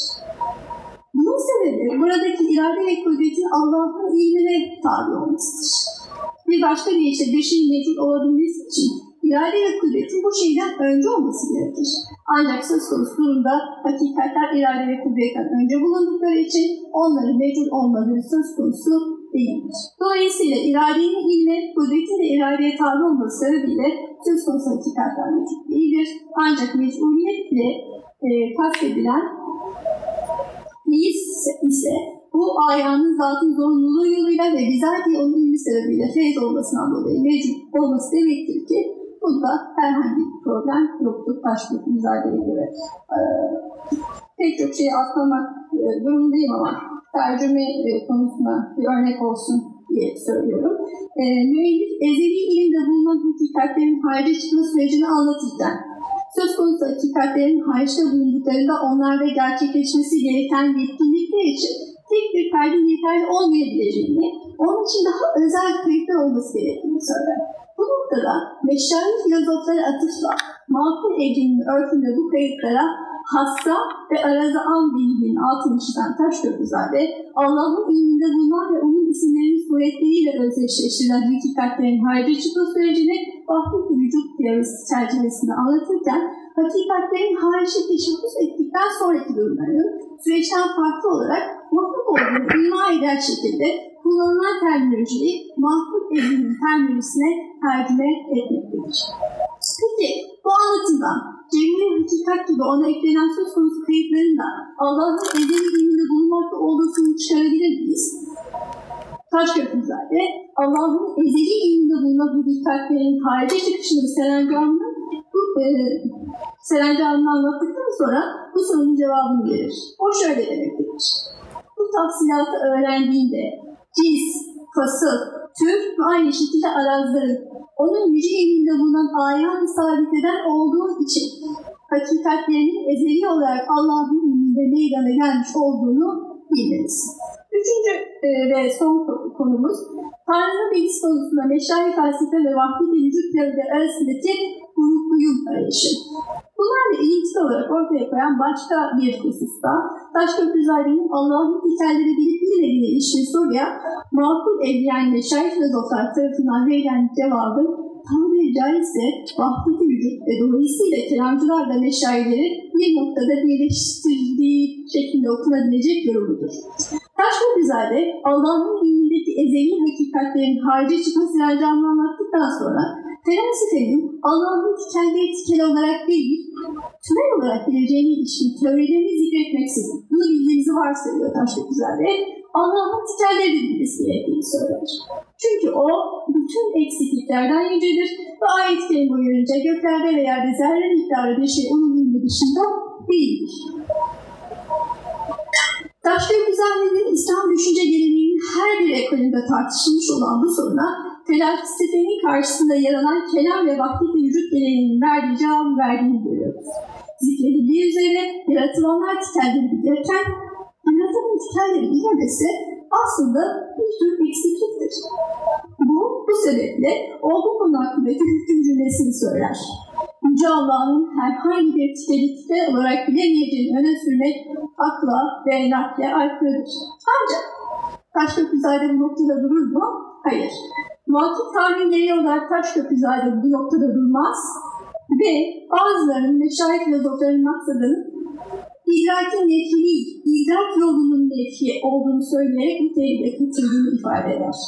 S3: Bunun sebebi buradaki irade ve kudretin Allah'ın ilmine tabi olmasıdır. Bir başka deyişle bir şeyin mecbur olabilmesi için irade ve kudretin bu şeyden önce olması gerekir. Ancak söz konusu durumda hakikatler irade ve kudretten önce bulundukları için onların mecbur olmaları söz konusu değildir. Dolayısıyla iradenin ilme, kudretin de iradeye tabi olması sebebiyle söz konusu hakikatler mecbur değildir. Ancak mecburiyetle kastedilen ise bu ayanın zatın zorunluluğu yoluyla ve bizatihi onun ilmi sebebiyle feyz olmasından dolayı mecbur olması demektir ki bunda herhangi bir problem yoktur Taşköprüzade'ye göre. Pek çok şeyi atlamak durumundayım ama tercüme konusuna bir örnek olsun diye söylüyorum. Müellif ezeli ilimde bulunan hakikatlerin harice çıkma sürecini anlatırken söz konusu hakikatlerin hariçte bulunduklarında onlarda gerçekleşmesi gereken yetkinlikler için tek bir kaydın yeterli olmayabileceğini, onun için daha özel kayıtlar olması gerektiğini söyler. Bu noktada meşayi filozoflara atıfla makul evrinin örtünde bu kayıtlara hassa ve araza an bilginin altını çizen Taşköprüzade, Allah'ın ilminde bulunan ve onun isimlerinin suretleriyle özdeşleştirilen hakikatlerin harici çıkma sürecini vahdet vücut teorisi çerçevesinde anlatırken, hakikatlerin harici teşebbüs ettikten sonraki durumlarının süreçten farklı olarak mutlak olduğunu ima eder şekilde kullanılan terminolojiyi makul evrinin terminolojisine tercüme etmektedir. Peki bu anlatımdan cevher hakikat gibi ona eklenen söz konusu kayıtların da Allah'ın ezeli ilminde bulunmakta olduğunu çıkarabilir miyiz? Taşköprüzade Allah'ın ezeli ilminde bulunan hakikatlerin harici çıkışının serencamını anlattıktan sonra bu sorunun cevabını verir. O şöyle demektedir. Bu tafsilatı öğrendiğinde cins, fasıl, tür ve aynı şekilde arazların onun yüce ilminde bulunan ayan-ı sabiteden olduğu için hakikatlerinin ezeli olarak Allah'ın ilminde meydana gelmiş olduğunu bilmelisin. 3 Üçüncü ve son konumuz, Tanrı'nın bilgisi konusunda meşayi felsefe ve vahdet-i vücut teorileri arasındaki uyum arayışı. Bunlarla ilintili olarak ortaya koyan başka bir hususta, Taşköprüzade'nin Allah'ın hikayeleri bilip bilmediğine ilişkin soruya makul evliyen meşayi filozoflar tarafından verilen cevabın tabiri caizse vahdet-i vücut ve dolayısıyla kelamcılarla meşayileri bir noktada birleştirdiği şeklinde okunabilecek yorumudur. Taşköprüzade Allah'ın ilmindeki ezeli hakikatlerin harici çıkması ilercamını anlattıktan sonra felsefenin Allah'ın tikelleri tikel olarak değil, tümel olarak bileceğine ilişkin teorilerini zikretmeksizin, bunu bildiğimizi varsayıyor Taşköprüzade, Allah'ın tikelleri bilmesi gerektiğini söyler. Çünkü o bütün eksikliklerden yücedir ve ayet kelime boyunca göklerde ve yerde zerre miktarı bir şey onun ilmi dışında değildir. Taşköprüzade'nin İslam düşünce geleneğinin her bir ekolünde tartışılmış olan bu soruna felsefenin karşısında yer alan kelam ve vahdet-i vücut geleneğinin verdiği cevabı verdiğini görüyoruz. Zikredildiği üzere yaratılanlar tikelleri bilirken yaratılan tikelleri bilemesi aslında bir tür eksikliktir. Bu sebeple o bu konu hakkındaki hüküm cümlesini söyler. Yüce Allah'ın herhangi bir tikel olarak bilemeyeceğini öne sürmek akla ve nakle aykırıdır. Ancak Taşköprüzade bu noktada durur mu? Hayır. Muhakkik Tanrı'nın gereği olarak Taşköprüzade bu noktada durmaz ve bazılarının meşayi filozofların maksadının idrakin nefi değil, idrak yolunun nefi olduğunu söyleyerek bu teoriye katıldığını ifade eder.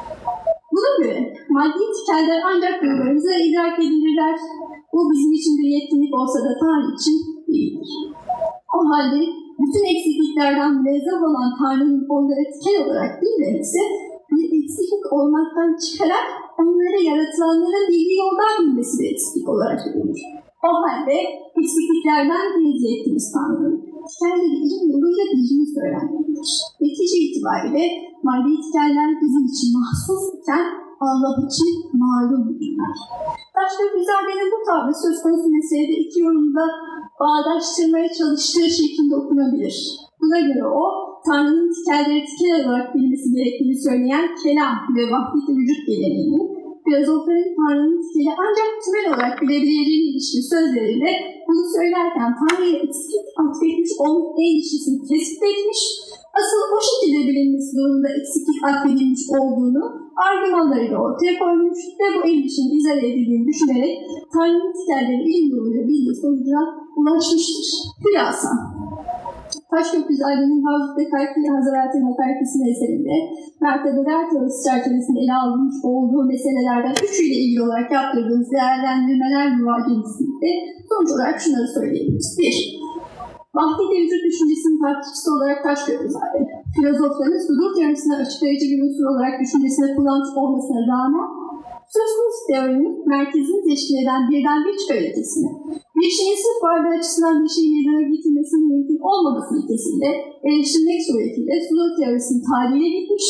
S3: Buna göre maddi tikeller ancak duygularımızla idrak edilirler. Bu bizim için bir yetkinlik olsa da Tanrı için değildir. O halde bütün eksikliklerden münezzeh olan Tanrı'nın onlara tikel olarak bilmemesi bir eksiklik olmaktan çıkarak onları yaratılanların bildiği yoldan bilmesi bir eksiklik olarak görülür. O halde eksikliklerden tenzih ettiğimiz Tanrı'nın tikelleri ilim yoluyla bildiğini söylenmelidir. Netice itibariyle maddi tikeller bizim için mahsus iken Allah için malumdurlar. Taşköprüzade'nin bu tavrı söz konusu meselede iki yorumda bağdaştırmaya çalıştığı şekilde okunabilir. Buna göre o, Tanrı'nın tikelleri tikel olarak bilmesi gerektiğini söyleyen kelam ve vahdet-i vücut geleneğinin, filozofların Tanrı'nın tikeli ancak tümel olarak bilebileceğine ilişkin sözleriyle bunu söylerken Tanrı'ya eksiklik atfetmiş olmak endişesini tespit etmiş, asıl o şekilde bilinmesi durumunda eksiklik atfedilmiş olduğunu argümanlarıyla ortaya koymuş ve bu endişenin izah edildiğini düşünerek Tanrı'nın tikelleri ilim yoluyla bildiği sonucuna ulaşmıştır. Hülasa Taşköprüzade'nin Havz-ı Hazreti Hakarkisi eserinde mertebeler teorisi çerçevesinde ele alınmış olduğu meselelerden üçüyle ilgili olarak yaptırdığımız değerlendirmeler müvacenesinde sonuç olarak şunları söyleyebiliriz. 1. Vahdet-i vücut düşüncesinin takipçisi olarak Taşköprüzade, filozofların sudur teorisine açıklayıcı bir unsur olarak düşüncesine kullanmış olmasına rağmen söz konusu teorinin merkezini teşkil eden birden bir çıkar ilkesini, bir şeyin sırf varlığı açısından bir şeyin meydana getirmesinin mümkün olmaması ilkesiyle eleştirmek suretiyle sudur teorisinin tarihine gitmiş,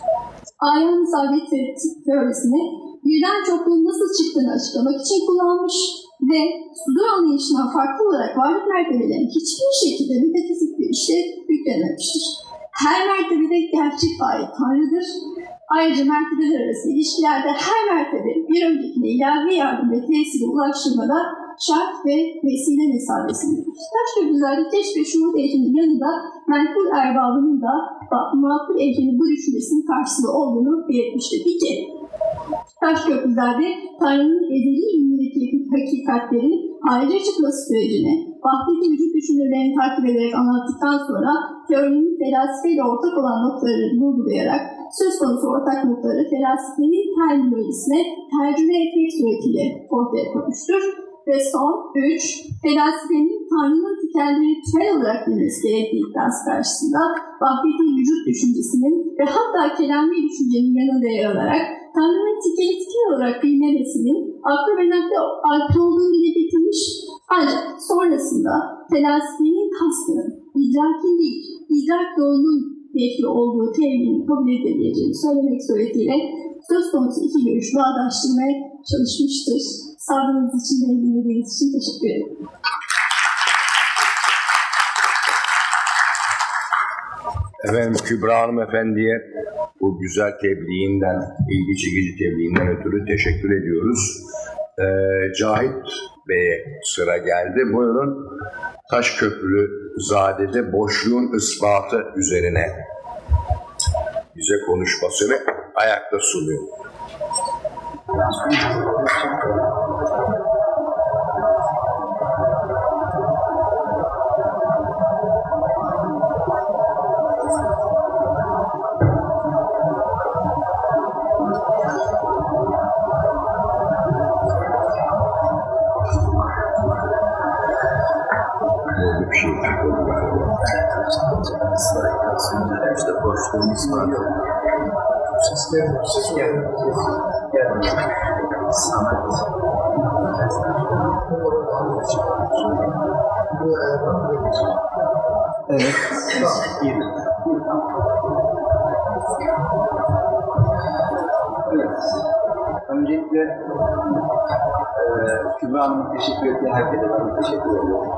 S3: ayan sabit teorisini birden çokluğun nasıl çıktığını açıklamak için kullanmış ve sudur anlayışından farklı olarak varlık mertebelerinin hiçbir şekilde metafizik bir işe yüklenmemiştir. Her mertebede gerçek ait Tanrı'dır. Ayrıca mertebeler arası ilişkilerde her mertebe bir öncekine ilahi yardım ve tesiri ulaştırmada şart ve vesile mesabesindedir. Taşköprüzade keşke şuur ehlinin yanında menkul erbabının da makul ehlinin bu düşüncesinin karşısında olduğunu belirtmiştir. 2. Taşköprüzade Tanrı'nın ezeli ilmindeki hakikatlerin harice çıkması sürecini vahdet-i vücut düşüncelerini takip ederek anlattıktan sonra teorinin felsefeyle ortak olan noktaları vurgulayarak söz konusu ortak noktaları felsefenin terminolojisine tercüme etmek suretiyle ortaya koymuştur. Ve son 3. Felsefenin Tanrı'nın tikelleri tümel olarak bilmesi gerektiği iddiası karşısında vahdet-i vücut düşüncesinin ve hatta kelami düşüncenin yanında yer alarak Tanrı'nın tikeli tikel olarak bilinmesinin aklı ve nakle olduğunu dile getirmiş, ancak sonrasında felsefenin kastının idrakin değil, idrak yolunun nefli olduğu teorinin kabul edilebileceğini söylemek suretiyle söz konusu iki görüş bağdaştırmaya çalışmıştır. Sabrınız için ve dinlediğiniz için teşekkür ederim.
S2: Efendim Kübra Hanım Efendi'ye bu güzel tebliğinden, ilgi çekici tebliğinden ötürü teşekkür ediyoruz. Cahit Bey'e sıra geldi. Buyurun, Taşköprülü Zade'de boşluğun ispatı üzerine bize konuşmasını ayakta sunuyor. Bir şey çıkmadı galiba.
S1: İşte boşluğumuz var. Ses geldi. Samet. Evet. İyi. Evet. Öncelikle Kübra Hanım'a teşekkür ettiği herkese ben teşekkür ediyorum.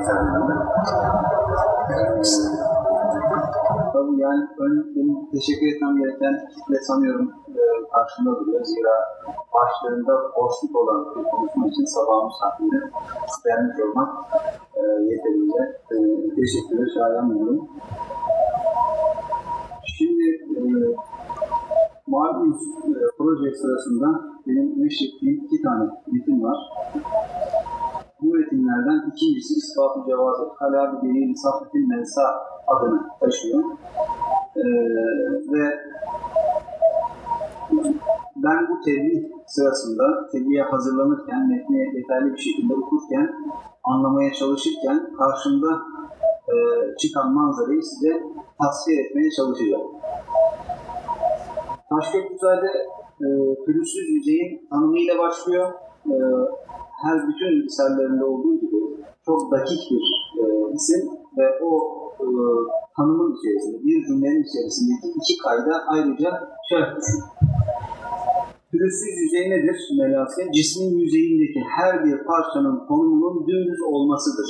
S1: Tabii yani benim teşekkür etmem gereken kitle sanıyorum karşımda duruyor. Zira başlarında boşluk olan bir konuşma için sabahın saatinde vermiş olmak yeterince teşekkürler şayan oluyorum. Şimdi malumunuz proje sırasında benim neşrettiğim 2 tane metin var. Bu metinlerden ikincisi İspat-ı Cevazı Hala bir Delil-i Safetil Mensa adını taşıyor. Ve ben bu tebliğ sırasında, tebliğe hazırlanırken, metni detaylı bir şekilde okurken, anlamaya çalışırken karşımda çıkan manzarayı size tasvir etmeye çalışacağım. Taşköprüzade pürüzsüz yüzeyin tanımıyla başlıyor. Her bütün eserlerinde olduğu gibi çok dakik bir isim ve o tanımın içerisinde, bir cümlenin içerisindeki 2 kayda ayrıca şerh düşüyor. Pürüzsüz yüzey nedir? Melase, cismin yüzeyindeki her bir parçanın konumunun dümdüz olmasıdır.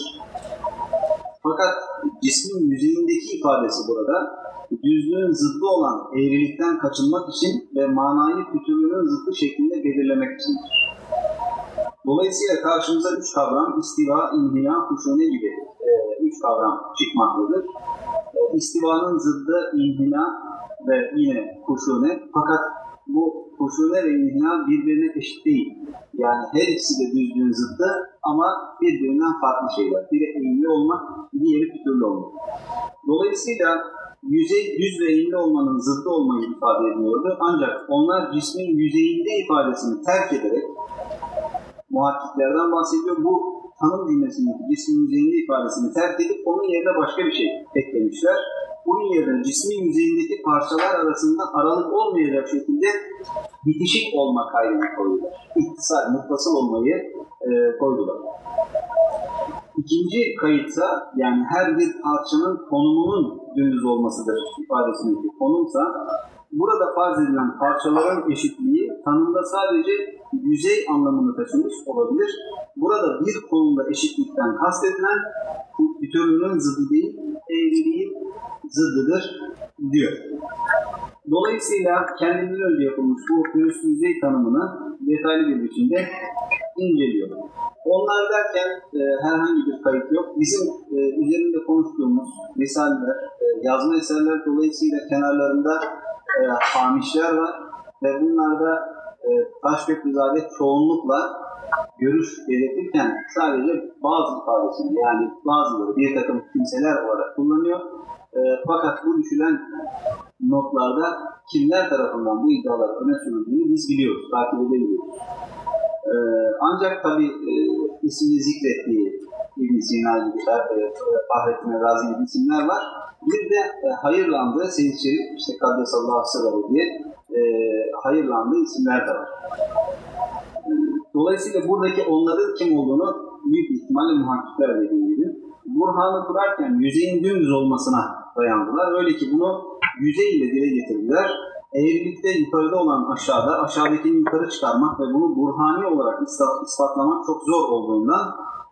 S1: Fakat cismin yüzeyindeki ifadesi burada, düzlüğün zıddı olan eğrilikten kaçınmak için ve manayı pütürlüğünün zıddı şeklinde belirlemek içindir. Dolayısıyla karşımıza 3 kavram, istiva, inhina, huşune gibi 3 kavram çıkmaktadır. İstivanın zıddı inhina ve yine huşune. Fakat bu huşune ve inhina birbirine eşit değil. Yani her ikisi de düzlüğün zıddı ama birbirinden farklı şeyler. Biri eğimli olmak, diğeri pütürlü olmak. Dolayısıyla yüzey düz ve eğimli olmanın zıddı olmayı ifade ediyordu. Ancak onlar cismin yüzeyinde ifadesini terk ederek muhakkiklerden bahsediyor. Bu tanım cümlesindeki cismin yüzeyinde ifadesini terk edip onun yerine başka bir şey eklemişler. Bunun yerine cismin yüzeyindeki parçalar arasında aralık olmayacak şekilde bitişik olma kaydını koydular. İttisal, muttasıl olmayı koydular. İkinci kayıtsa, yani her bir parçanın konumunun dümdüz olmasıdır ifadesindeki konumsa, burada farz edilen parçaların eşitliği tanımda sadece yüzey anlamını taşımış olabilir. Burada bir konumda eşitlikten kastedilen pütürlüğünün zıddı değil, eğriliğin zıddıdır diyor. Dolayısıyla kendinden önce yapılmış bu pürüzsüz yüzey tanımını detaylı bir biçimde inceliyor. Onlar derken herhangi bir kayıt yok. Bizim üzerinde konuştuğumuz risaller, yazma eserler dolayısıyla kenarlarında hamişler var ve bunlarda Taşköprüzade çoğunlukla görüş belirtirken sadece bazı ifadesini, yani bazıları bir takım kimseler olarak kullanıyor. Fakat bu düşülen notlarda kimler tarafından bu iddialar öne sürüldüğünü biz biliyoruz, takip edebiliyoruz. Ancak tabi ismini zikrettiği İbn Sina gibi, Fahrettin Razi gibi isimler var. Bir de hayırlandığı Seyyid Şerif, işte Kaddesallahu Sırrı diye hayırlandığı isimler de var. Dolayısıyla buradaki onların kim olduğunu büyük ihtimalle muhakkikler dediğim gibi burhanı kurarken yüzeyin dümdüz olmasına dayandılar. Öyle ki bunu yüzey ile dile getirdiler. Eğrilikte yukarıda olan aşağıda, aşağıdakini yukarı çıkarmak ve bunu burhani olarak ispatlamak çok zor olduğundan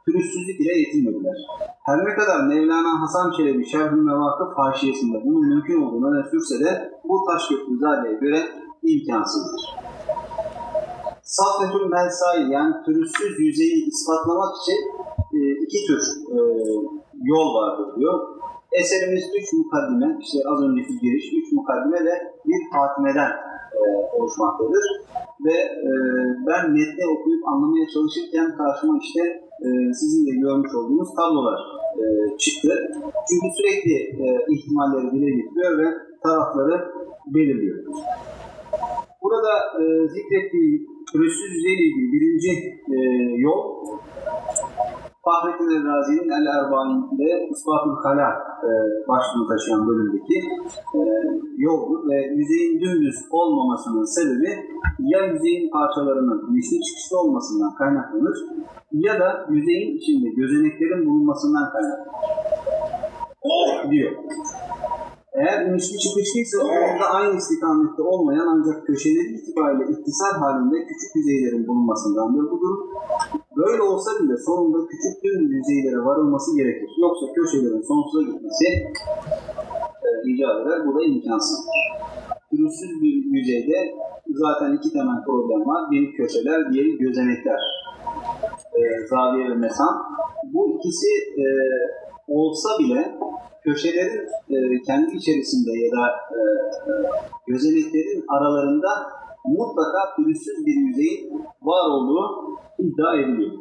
S1: pürüzsüzlük ile yetinmediler. Her ne kadar Mevlana Hasan Çelebi Şerh-i Mevakıf haşiyesinde bunun mümkün olduğunu öne sürse de bu Taşköprüzade'ye göre imkansızdır. Safvetül Melsai yani pürüzsüz yüzeyi ispatlamak için iki tür yol vardır diyor. Eserimiz 3 mukaddime, işte az önceki giriş, 3 mukaddime ve bir hatimeden oluşmaktadır. Ve ben metni okuyup anlamaya çalışırken karşıma işte sizin de görmüş olduğunuz tablolar çıktı. Çünkü sürekli ihtimalleri dile getiriyor ve tarafları belirliyor. Burada zikrettiği pürüzsüz yüzeyle ilgili birinci yol, Fahrettin El-Razi'nin El-Erba'inde İspat-ül Hala başlığını taşıyan bölümdeki yoldur ve yüzeyin dümdüz olmamasının sebebi ya yüzeyin parçalarının inişli çıkışlı olmasından kaynaklanır ya da yüzeyin içinde gözeneklerin bulunmasından kaynaklanır diyor. Eğer inişli çıkışlıysa orada aynı istikamette olmayan ancak köşeleri itibariyle ittisal halinde küçük yüzeylerin bulunmasındandır bu durum. Böyle olsa bile sonunda küçük dümdüz yüzeylere varılması gerekir. Yoksa köşelerin sonsuza gitmesi icap eder. Bu da imkansızdır. Pürüzsüz bir yüzeyde zaten iki temel problem var. Biri köşeler, diğeri gözenekler. Zaviye ve mesan. Bu ikisi olsa bile köşelerin kendi içerisinde ya da gözeneklerin aralarında mutlaka pürüzsüz bir yüzeyin var olduğu iddia ediliyor.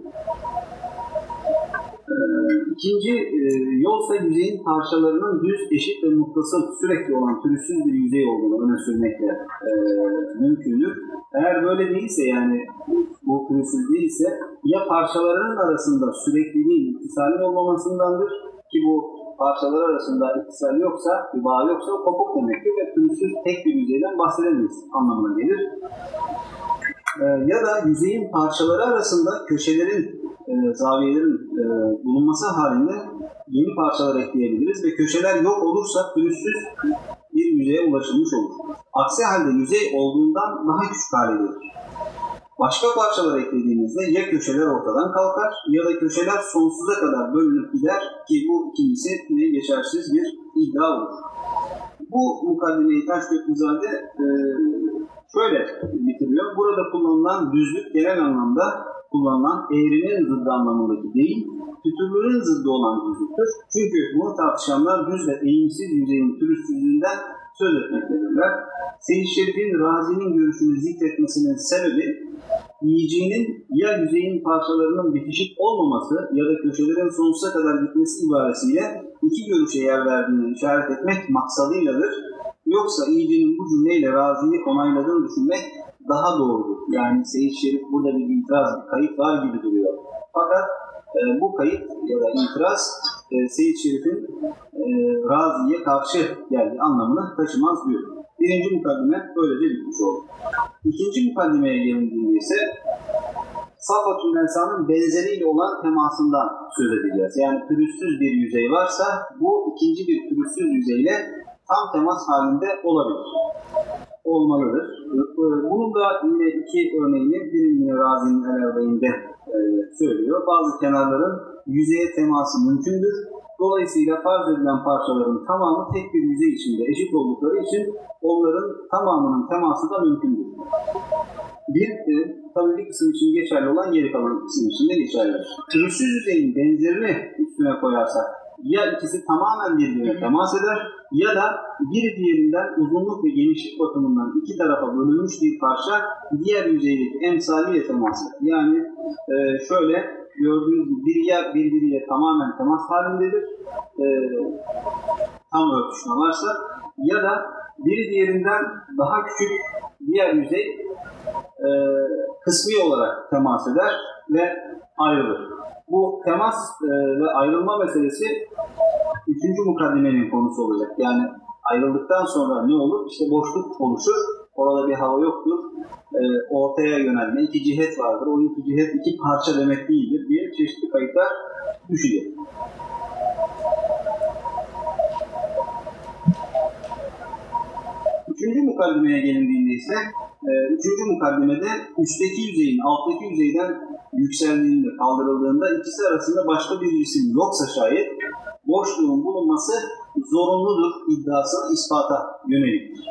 S1: İkinci yolsa yüzeyin parçalarının düz, eşit ve muttasıl sürekli olan pürüzsüz bir yüzey olduğunu öne sürmekle mümkündür. Eğer böyle değilse yani bu pürüzsüz değilse ya parçalarının arasında sürekliliğin ittisalin olmamasındandır ki bu parçalar arasında ittisal yoksa, bir bağ yoksa kopuk demektir ve pürüzsüz tek bir yüzeyden bahsedemeyiz anlamına gelir. Ya da yüzeyin parçaları arasında köşelerin, zaviyelerin bulunması halinde yeni parçalar ekleyebiliriz ve köşeler yok olursa pürüzsüz bir yüzeye ulaşılmış olur. Aksi halde yüzey olduğundan daha küçük hale gelir. Başka parçalar eklediğimizde ya köşeler ortadan kalkar ya da köşeler sonsuza kadar bölünüp gider ki bu ikincisi yine geçersiz bir iddia olur. Bu mukaddimeyi Taşköprüzade şöyle bitiriyor. Burada kullanılan düzlük genel anlamda kullanılan eğrinin zıddı anlamındaki değil, pütürlüğün zıddı olan düzlüktür. Çünkü bunu tartışanlar düz ve eğimsiz yüzeyin pürüzsüzlüğünden söz etmektedirler. Seyyid Şerif'in Razi'nin görüşünü zikretmesinin sebebi, yiyeceğinin ya yüzeyin parçalarının bitişik olmaması ya da köşelerin sonsuza kadar gitmesi ibaresiyle iki görüşe yer verdiğini işaret etmek maksadıyladır. Yoksa iyicinin bu cümleyle Razi'yi onayladığını düşünmek daha doğrudur. Yani Seyyid Şerif burada bir itiraz, bir kayıt var gibi duruyor. Fakat bu kayıt ya da itiraz Seyyid Şerif'in Razi'ye karşı geldiği anlamını taşımaz diyor. Birinci mukaddime böylece bitmiş oldu. İkinci mukaddimeye gelindiğinde ise Safvetül Melsa'nın benzeriyle olan temasından söz edeceğiz. Yani pürüzsüz bir yüzey varsa bu ikinci bir pürüzsüz yüzeyle tam temas halinde olabilir. Olmalıdır. Bunun da yine iki örneğini birini Razi'nin El-Erbe'inde söylüyor. Bazı kenarların yüzeye teması mümkündür. Dolayısıyla farz edilen parçaların tamamı tek bir yüzey içinde eşit oldukları için onların tamamının teması da mümkündür. Tabii bir kısım için geçerli olan geri kalan kısım için de geçerlidir. Pürüzsüz yüzeyin benzerini üstüne koyarsak ya ikisi tamamen birbirine temas eder ya da biri diğerinden uzunluk ve genişlik bakımından iki tarafa bölünmüş bir parça diğer yüzeydeki emsaliyle temas eder. Yani şöyle gördüğünüz gibi biri ya birbiriyle tamamen temas halindedir, tam örtüşme varsa ya da biri diğerinden daha küçük diğer yüzey kısmi olarak temas eder ve ayrılır. Bu temas ve ayrılma meselesi üçüncü mukaddimenin konusu olacak. Yani ayrıldıktan sonra ne olur? İşte boşluk oluşur. Orada bir hava yoktur. Ortaya yönelme, iki cihet vardır. O iki cihet iki parça demek değildir diye çeşitli kayıtlar düşecek. Üçüncü mukaddimeye gelindiğinde ise Üçüncü mukaddimede üstteki yüzeyin alttaki yüzeyden yükseldiğinde, kaldırıldığında ikisi arasında başka bir cisim yoksa şayet boşluğun bulunması zorunludur iddiasını ispata yöneliktir.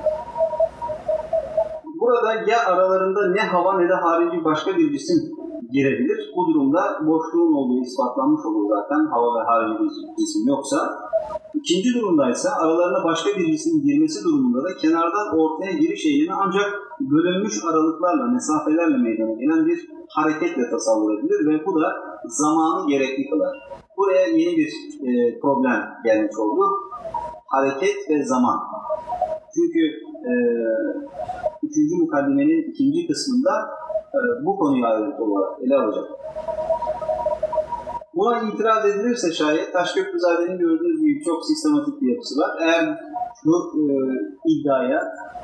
S1: Burada ya aralarında ne hava ne de harici başka bir cisim girebilir. Bu durumda boşluğun olduğu ispatlanmış olur zaten hava ve harici bir cisim yoksa. İkinci durumda ise aralarına başka bir cismin girmesi durumunda da kenardan ortaya giriş eğilimi ancak bölünmüş aralıklarla, mesafelerle meydana gelen bir hareketle tasavvur edilir ve bu da zamanı gerekli kılar. Buraya yeni bir problem gelmiş oldu. Hareket ve zaman. Çünkü 3. mukaddimenin ikinci kısmında bu konuyu ayrıntı olarak ele alacak. Buna itiraz edilirse şayet Taşköprüzade'nin gördüğünüz gibi çok sistematik bir yapısı var. Eğer bu iddiaya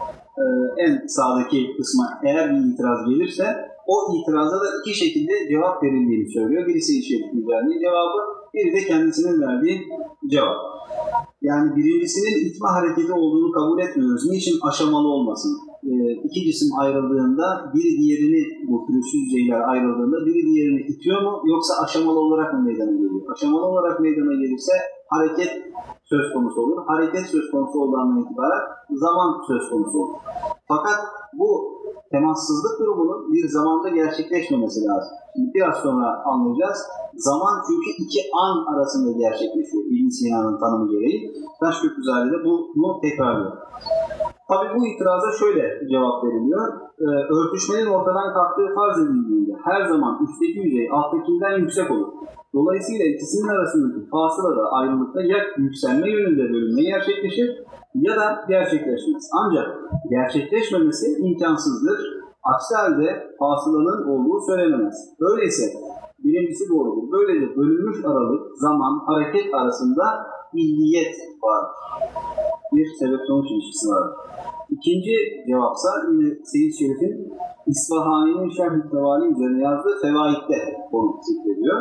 S1: en sağdaki kısma eğer bir itiraz gelirse o itiraza da iki şekilde cevap verildiğini söylüyor. Birisi işaretli verdiği cevabı, biri de kendisinin verdiği cevap. Yani birincisinin itme hareketi olduğunu kabul etmiyoruz. Niçin aşamalı olmasın? İki cisim ayrıldığında biri diğerini, bu pürüzsüz yüzeyler ayrıldığında biri diğerini itiyor mu yoksa aşamalı olarak mı meydana geliyor? Aşamalı olarak meydana gelirse hareket söz konusu olur. Hareket söz konusu olduğundan itibaren zaman söz konusu olur. Fakat bu temassızlık durumunun bir zamanda gerçekleşmemesi lazım. Şimdi biraz sonra anlayacağız. Zaman çünkü iki an arasında gerçekleşiyor. İbn Sina'nın tanımı gereği. Taşköprüzade'de bunu tekrarlıyor. Tabii bu itiraza şöyle cevap veriliyor. Örtüşmenin ortadan kalktığı farz edildiğinde her zaman üstteki yüzey alttakinden yüksek olur. Dolayısıyla ikisinin arasındaki fasılada, ayrılıkta ya yükselme yönünde bölünme gerçekleşir ya da gerçekleşmez. Ancak gerçekleşmemesi imkansızdır. Aksi halde fasılanın olduğu söylenemez. Öyleyse birincisi doğrudur. Böylece bölünmüş aralık, zaman, hareket arasında illiyet vardır. Bir sebep-sonuç ilişkisi vardır. İkinci cevapsa yine Seyyid Şerif'in İsfahani'nin Şerh-i Tevali üzerine yazdığı Fevaid'de bunu zikrediyor.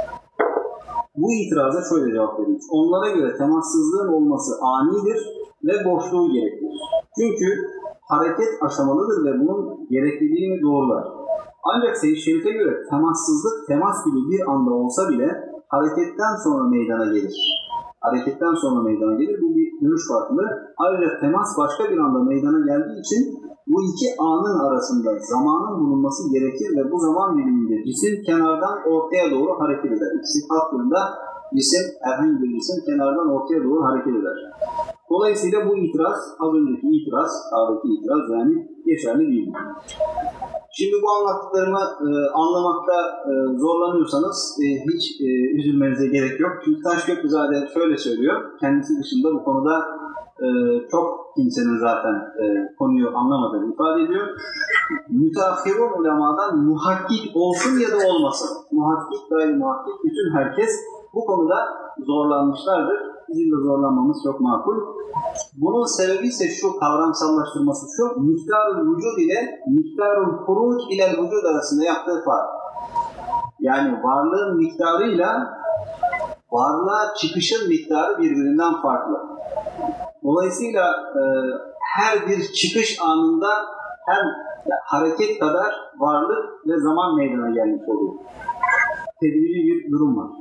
S1: Bu itiraza şöyle cevap verilmiş. Onlara göre temassızlığın olması anidir ve boşluğu gerektirir. Çünkü hareket aşamalıdır ve bunun gerekliliğini doğrular. Ancak Seyyid Şerif'e göre temassızlık temas gibi bir anda olsa bile hareketten sonra meydana gelir. Hareketten sonra meydana gelir. Bu bir görüş farklı. Ayrıca temas başka bir anda meydana geldiği için bu iki anın arasında zamanın bulunması gerekir ve bu zaman diliminde cisim kenardan ortaya doğru hareket eder. İkisi kalktığında cisim, herhangi bir cisim kenardan ortaya doğru hareket eder. Dolayısıyla bu itiraz, az önceki itiraz, sağdaki itiraz yani geçerli değil. Şimdi bu anlattıklarımı anlamakta zorlanıyorsanız hiç üzülmenize gerek yok. Çünkü Taşköprüzade şöyle söylüyor, kendisi dışında bu konuda çok kimsenin zaten konuyu anlamadığını ifade ediyor. Müteahhirun ulemadan muhakkik olsun ya da olmasın. Muhakkik, gayri muhakkik, bütün herkes bu konuda zorlanmışlardır. Bizim de zorlanmamız çok makul. Bunun sebebi ise şu, kavramsallaştırması şu, miktar-ül vücud ile miktar-ül huruc ile vücud arasında yaptığı fark. Yani varlığın miktarıyla varlığa çıkışın miktarı birbirinden farklı. Dolayısıyla her bir çıkış anında hem hareket kadar varlık ve zaman meydana gelmiş oluyor. Tedbiri bir durum var.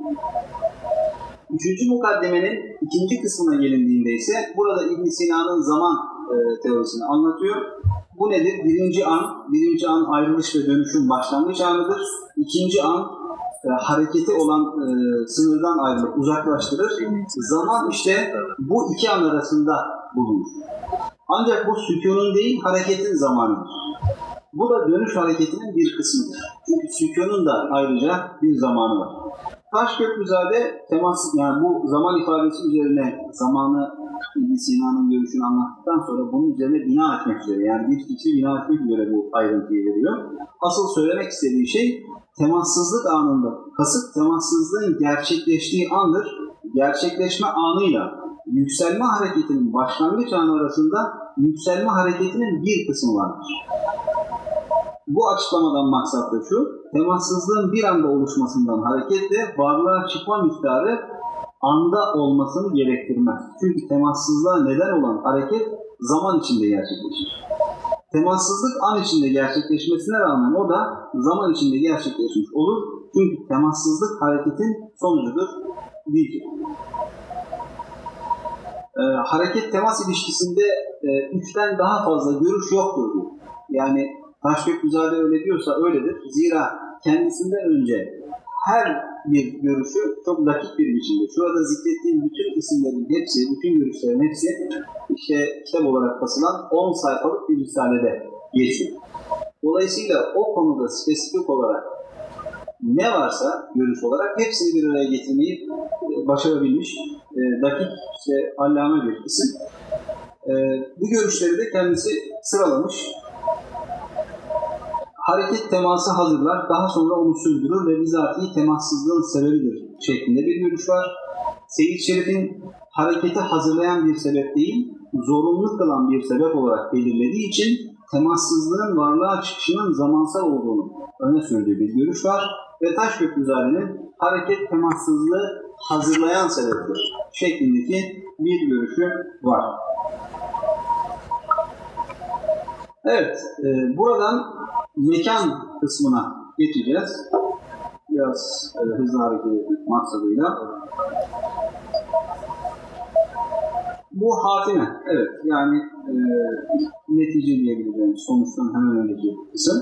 S1: Üçüncü mukaddemenin ikinci kısmına gelindiğinde ise burada İbn Sina'nın zaman teorisini anlatıyor. Bu nedir? Birinci an ayrılış ve dönüşüm başlangıç anıdır. İkinci an hareketi olan sınırdan ayrılıp uzaklaştırır. Zaman işte bu iki an arasında bulunur. Ancak bu sükûnun değil, hareketin zamanıdır. Bu da dönüş hareketinin bir kısmıdır. Çünkü sükûnun da ayrıca bir zamanı var. Taşköprüzade temas, yani bu zaman ifadesi üzerine zamanı İbn Sina'nın görüşünü anlattıktan sonra bunun üzerine bina etmek üzere, yani bir fikri bina etmek üzere bu ayrıntıyı veriyor. Asıl söylemek istediği şey temassızlık anında, kasıt temassızlığın gerçekleştiği andır. Gerçekleşme anıyla yükselme hareketinin başlangıç anı arasında yükselme hareketinin bir kısmı vardır. Bu açıklamadan maksat da şu, temassızlığın bir anda oluşmasından hareketle varlığa çıkma miktarı anda olmasını gerektirmez. Çünkü temassızlığa neden olan hareket zaman içinde gerçekleşir. Temassızlık an içinde gerçekleşmesine rağmen o da zaman içinde gerçekleşmiş olur. Çünkü temassızlık hareketin sonucudur diyecek. Hareket temas ilişkisinde üçten daha fazla görüş yoktur diyor. Yani Taşköprüzade öyle diyorsa öyledir. Zira kendisinden önce her bir görüşü çok dakik bir biçimde. Şurada zikrettiğim bütün isimlerin hepsi, bütün görüşlerin hepsi işte kitap olarak basılan 10 sayfalık bir risalede geçiyor. Dolayısıyla o konuda spesifik olarak ne varsa görüş olarak hepsini bir araya getirmeyi başarabilmiş dakik, allame bir isim. Bu görüşleri de kendisi sıralamış. Hareket teması hazırlar, daha sonra onu sürdürür ve bizatihi temassızlığın sebebidir şeklinde bir görüş var. Seyyid Şerif'in hareketi hazırlayan bir sebep değil, zorunlu kılan bir sebep olarak belirlediği için temassızlığın varlığa çıkışının zamansal olduğunu öne sürdüğü bir görüş var. Ve Taşköprüzade'nin hareket temassızlığı hazırlayan sebeptir şeklindeki bir görüşü var. Evet, buradan mekan kısmına geçeceğiz. Biraz hızlı hareket etmek maksadıyla. Bu hatime, evet, yani netice diyebileceğimiz sonuçtan hemen önceki kısım.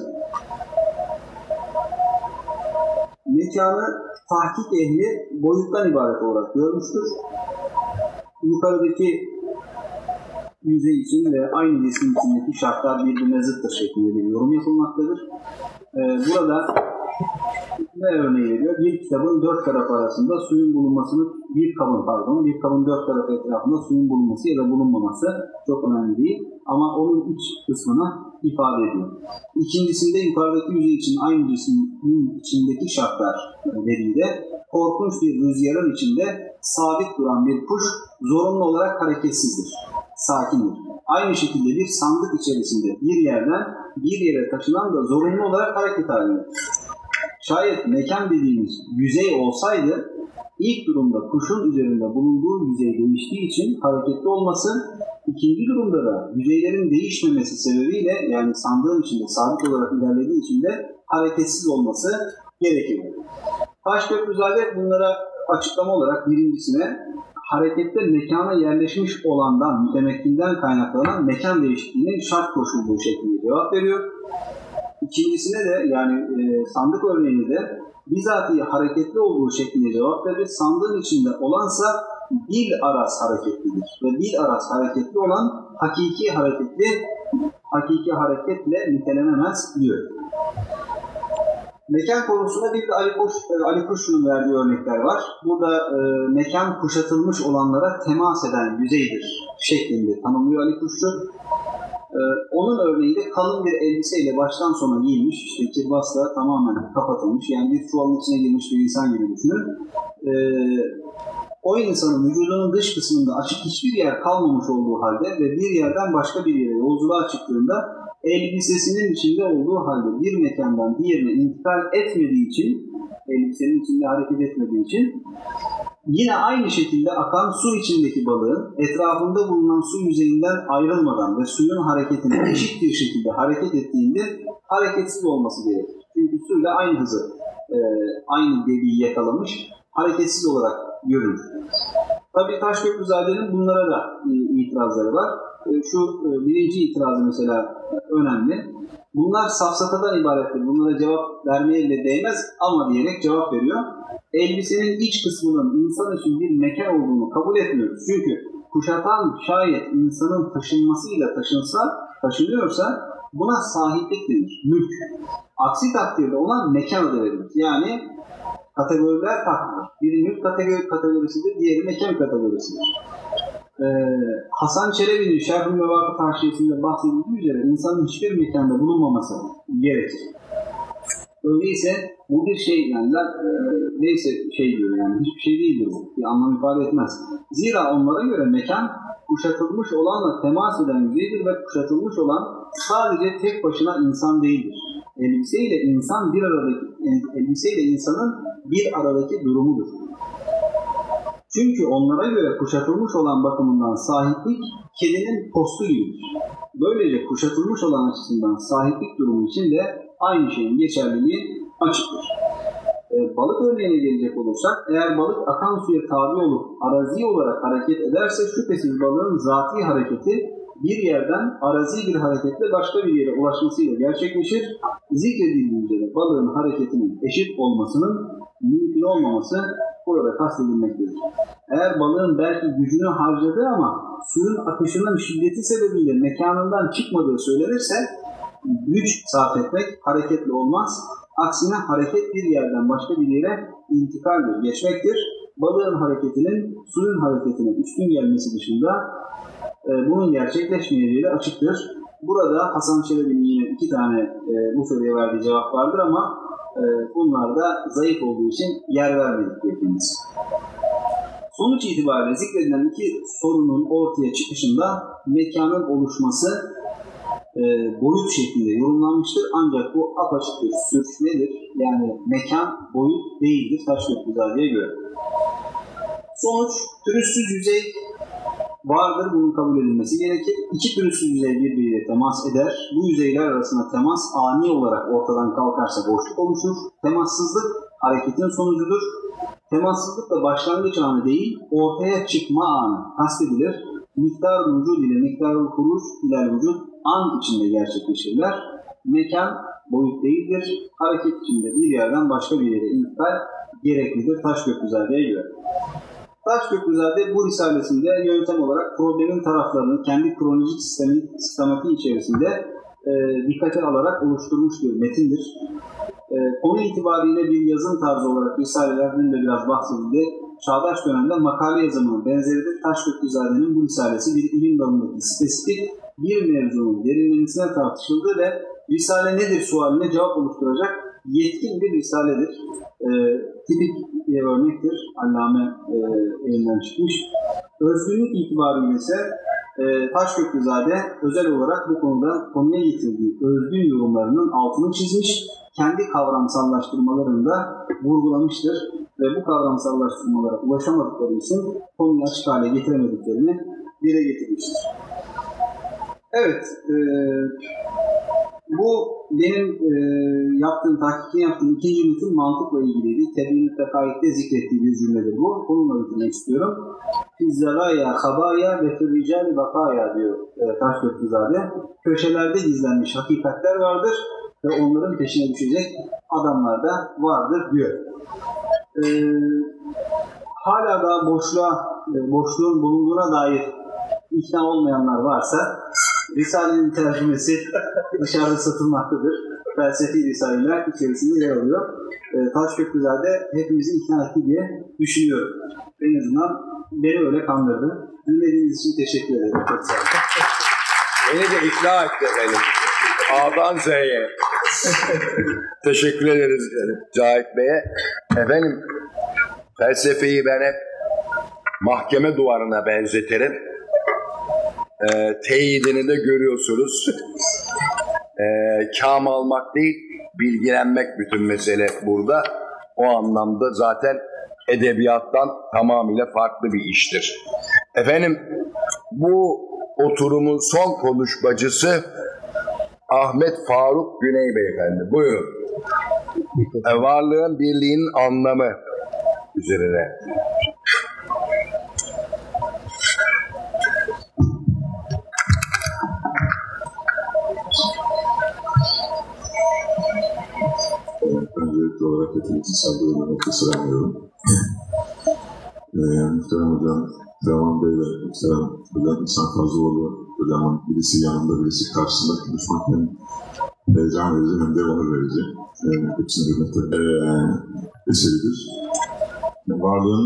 S1: Mekanı tahkik ehli boyuttan ibaret olarak görmüştür. Yukarıdaki yüzey için ve aynı resim içindeki şartlar birbirine zıttır şeklinde bir yorum yapılmaktadır. Burada ne örneği veriyor? Bir kitabın dört tarafı arasında suyun bulunmasını, bir kabın dört tarafı etrafında suyun bulunması ya da bulunmaması çok önemli değil. Ama onun iç kısmını ifade ediyor. İkincisinde yukarıdaki yüzey için aynı cismin içindeki şartlar dediği de korkunç bir rüzgarın içinde sabit duran bir kuş zorunlu olarak hareketsizdir, sakindir. Aynı şekilde bir sandık içerisinde bir yerden bir yere taşınan da zorunlu olarak hareket halinde. Şayet mekan dediğimiz yüzey olsaydı, ilk durumda kuşun üzerinde bulunduğu yüzey değiştiği için hareketli olması, ikinci durumda da yüzeylerin değişmemesi sebebiyle, yani sandığın içinde sabit olarak ilerlediği için de hareketsiz olması gerekir. Taşköprüzade bunlara açıklama olarak birincisine, harekette mekana yerleşmiş olandan, mütemekkinden kaynaklanan mekan değişikliğinin şart koşulduğu şeklinde cevap veriyor. İkincisine de, yani sandık örneğinde de bizatihi hareketli olduğu şeklinde cevap verir. Sandığın içinde olansa bil aras hareketlidir. Ve bil aras hareketli olan hakiki hareketle nitelenemez diyor. Mekan konusunda bir de Ali Kuşlu'nun verdiği örnekler var. Burada mekan kuşatılmış olanlara temas eden yüzeydir şeklinde tanımlıyor Ali Kuşlu. Onun örneği de kalın bir elbiseyle baştan sona giyilmiş, işte kirbasla tamamen kapatılmış, yani bir çuvalın içine girmiş bir insan gibi düşünün. O insanın vücudunun dış kısmında açık hiçbir yer kalmamış olduğu halde ve bir yerden başka bir yere yolculuğa çıktığında elbisesinin içinde olduğu halde bir mekandan diğerine intikal etmediği için, elbisenin içinde hareket etmediği için, yine aynı şekilde akan su içindeki balığın etrafında bulunan su yüzeyinden ayrılmadan ve suyun hareketine eşit bir şekilde hareket ettiğinde hareketsiz olması gerekir. Çünkü suyla aynı hızı, aynı debiyi yakalamış, hareketsiz olarak görülür. Tabii Taşköprüzade'nin bunlara da itirazları var. Şu birinci itirazı mesela önemli. Bunlar safsatadan ibarettir. Bunlara cevap vermeye bile değmez ama diyerek cevap veriyor. Elbisenin iç kısmının insan için bir mekan olduğunu kabul etmiyoruz. Çünkü kuşatan şayet insanın taşınmasıyla taşınıyorsa buna sahiplik denir, mülk. Aksi takdirde ona mekan adı verilir. Yani kategoriler farklıdır. Biri mülk kategorisidir, diğeri mekan kategorisidir. Hasan Çelebi'nin Şerh-i Mevakıf Haşiyesi'nde bahsedildiği üzere insanın hiçbir mekanda bulunmaması gerekir. Öyleyse bu bir şey, yani neyse şey diyor, yani hiçbir şey değildir bu. Bir anlam ifade etmez. Zira onlara göre mekan kuşatılmış olanla temas eden yüzeydir ve kuşatılmış olan sadece tek başına insan değildir. Elbiseyle insanın bir aradaki durumudur. Çünkü onlara göre kuşatılmış olan bakımından sahiplik kedinin postu gibidir. Böylece kuşatılmış olan açısından sahiplik durumu için de aynı şeyin geçerliliği açıktır. Balık örneğine gelecek olursak, eğer balık akan suya tabi olup arazi olarak hareket ederse şüphesiz balığın zati hareketi bir yerden arazi bir hareketle başka bir yere ulaşmasıyla gerçekleşir. Zikredildiği üzere balığın hareketinin eşit olmasının mümkün olmaması burada kastedilmektedir. Eğer balığın belki gücünü harcadığı ama suyun akışının şiddeti sebebiyle mekanından çıkmadığı söylenirse, güç sarf etmek hareketli olmaz. Aksine hareket bir yerden başka bir yere intikaldir, geçmektir. Balığın hareketinin suyun hareketine üstün gelmesi dışında bunun gerçekleşmeyeceği de açıktır. Burada Hasan Çelebi'nin yine 2 tane bu soruya verdiği cevap vardır ama bunlar da zayıf olduğu için yer vermedik kendisi. Sonuç itibariyle zikredilen 2 sorunun ortaya çıkışında mekanın oluşması boyut şeklinde yorumlanmıştır. Ancak bu apaçık bir sürçmedir. Yani mekan boyut değildir Taşköprüzade'ye göre. Sonuç, pürüzsüz yüzey vardır. Bunun kabul edilmesi gerekir. 2 pürüzsüz yüzey birbiriyle temas eder. Bu yüzeyler arasında temas ani olarak ortadan kalkarsa boşluk oluşur. Temassızlık hareketin sonucudur. Temassızlık da başlangıç anı değil, ortaya çıkma anı kastedilir. Miktar-ı vücud ile miktar-ı huruc ile vücud an içinde gerçekleşirler. Mekan boyut değildir. Hareket içinde bir yerden başka bir yere intikal gereklidir Taşköprüzade'ye göre. Taşköprüzade bu risalesinde yöntem olarak problemin taraflarını kendi kronolojik sistematiği içerisinde dikkate alarak oluşturmuş bir metindir. Konu itibariyle bir yazım tarzı olarak risaleler dün de biraz bahsedildi. Çağdaş dönemde makale yazımının benzeridir. Taşköprüzade'nin bu risalesi bir ilim dalındaki spesifik bir mevzunun derinlemesine tartışıldı ve risale nedir sualine cevap oluşturacak yetkin bir risaledir. Tipik bir örnektir. Allame elinden çıkmış. Özgünlük itibariyle ise Taşköprüzade özel olarak bu konuda konuya getirdiği özgün yorumlarının altını çizmiş, kendi kavramsallaştırmalarını da vurgulamıştır ve bu kavramsallaştırmalara ulaşamadıkları için konuyu açık hale getiremediklerini dile getirmiştir. Evet, bu benim tahkikini yaptığım 2. metin mantıkla ilgiliydi. Tebyin-i Fekaik'te zikrettiği bir cümledir bu. Onunla bitirmek istiyorum. Fizzaraya, habaya ve firricali bakaya diyor Taşköprüzade. Köşelerde gizlenmiş hakikatler vardır ve onların peşine düşecek adamlar da vardır diyor. Hala da boşluğun bulunduğuna dair ikna olmayanlar varsa Risale'nin tercümesi dışarıda satılmaktadır. Felsefi risaleler içerisinde yer alıyor. Taşköprüzade hepimizi ikna etti diye düşünüyorum. En azından beni öyle kandırdı. Dinlediğiniz için teşekkür ederim. Çok sağ olun.
S2: Beni de ikna etti efendim. A'dan Z'ye. Teşekkür ederiz Cahit Bey'e. Efendim, felsefeyi ben hep mahkeme duvarına benzetirim. Teyidini de görüyorsunuz. Kâm almak değil, bilgilenmek bütün mesele burada. O anlamda zaten edebiyattan tamamıyla farklı bir iştir. Efendim, bu oturumun son konuşmacısı Ahmet Faruk Güney Beyefendi. Buyurun. Varlığın birliğinin anlamı üzerine.
S4: Öncelikli olarak hepinizi saygılarımla selamlıyorum. Muhterem Hocam, Teoman Bey ve Muhterem Hocam İhsan Fazlıoğlu Hocam'ın birisi yanında birisi karşısında konuşmak hem heyecan verici hem de onur verici. Hepsine hürmetle eseridir. Varlığın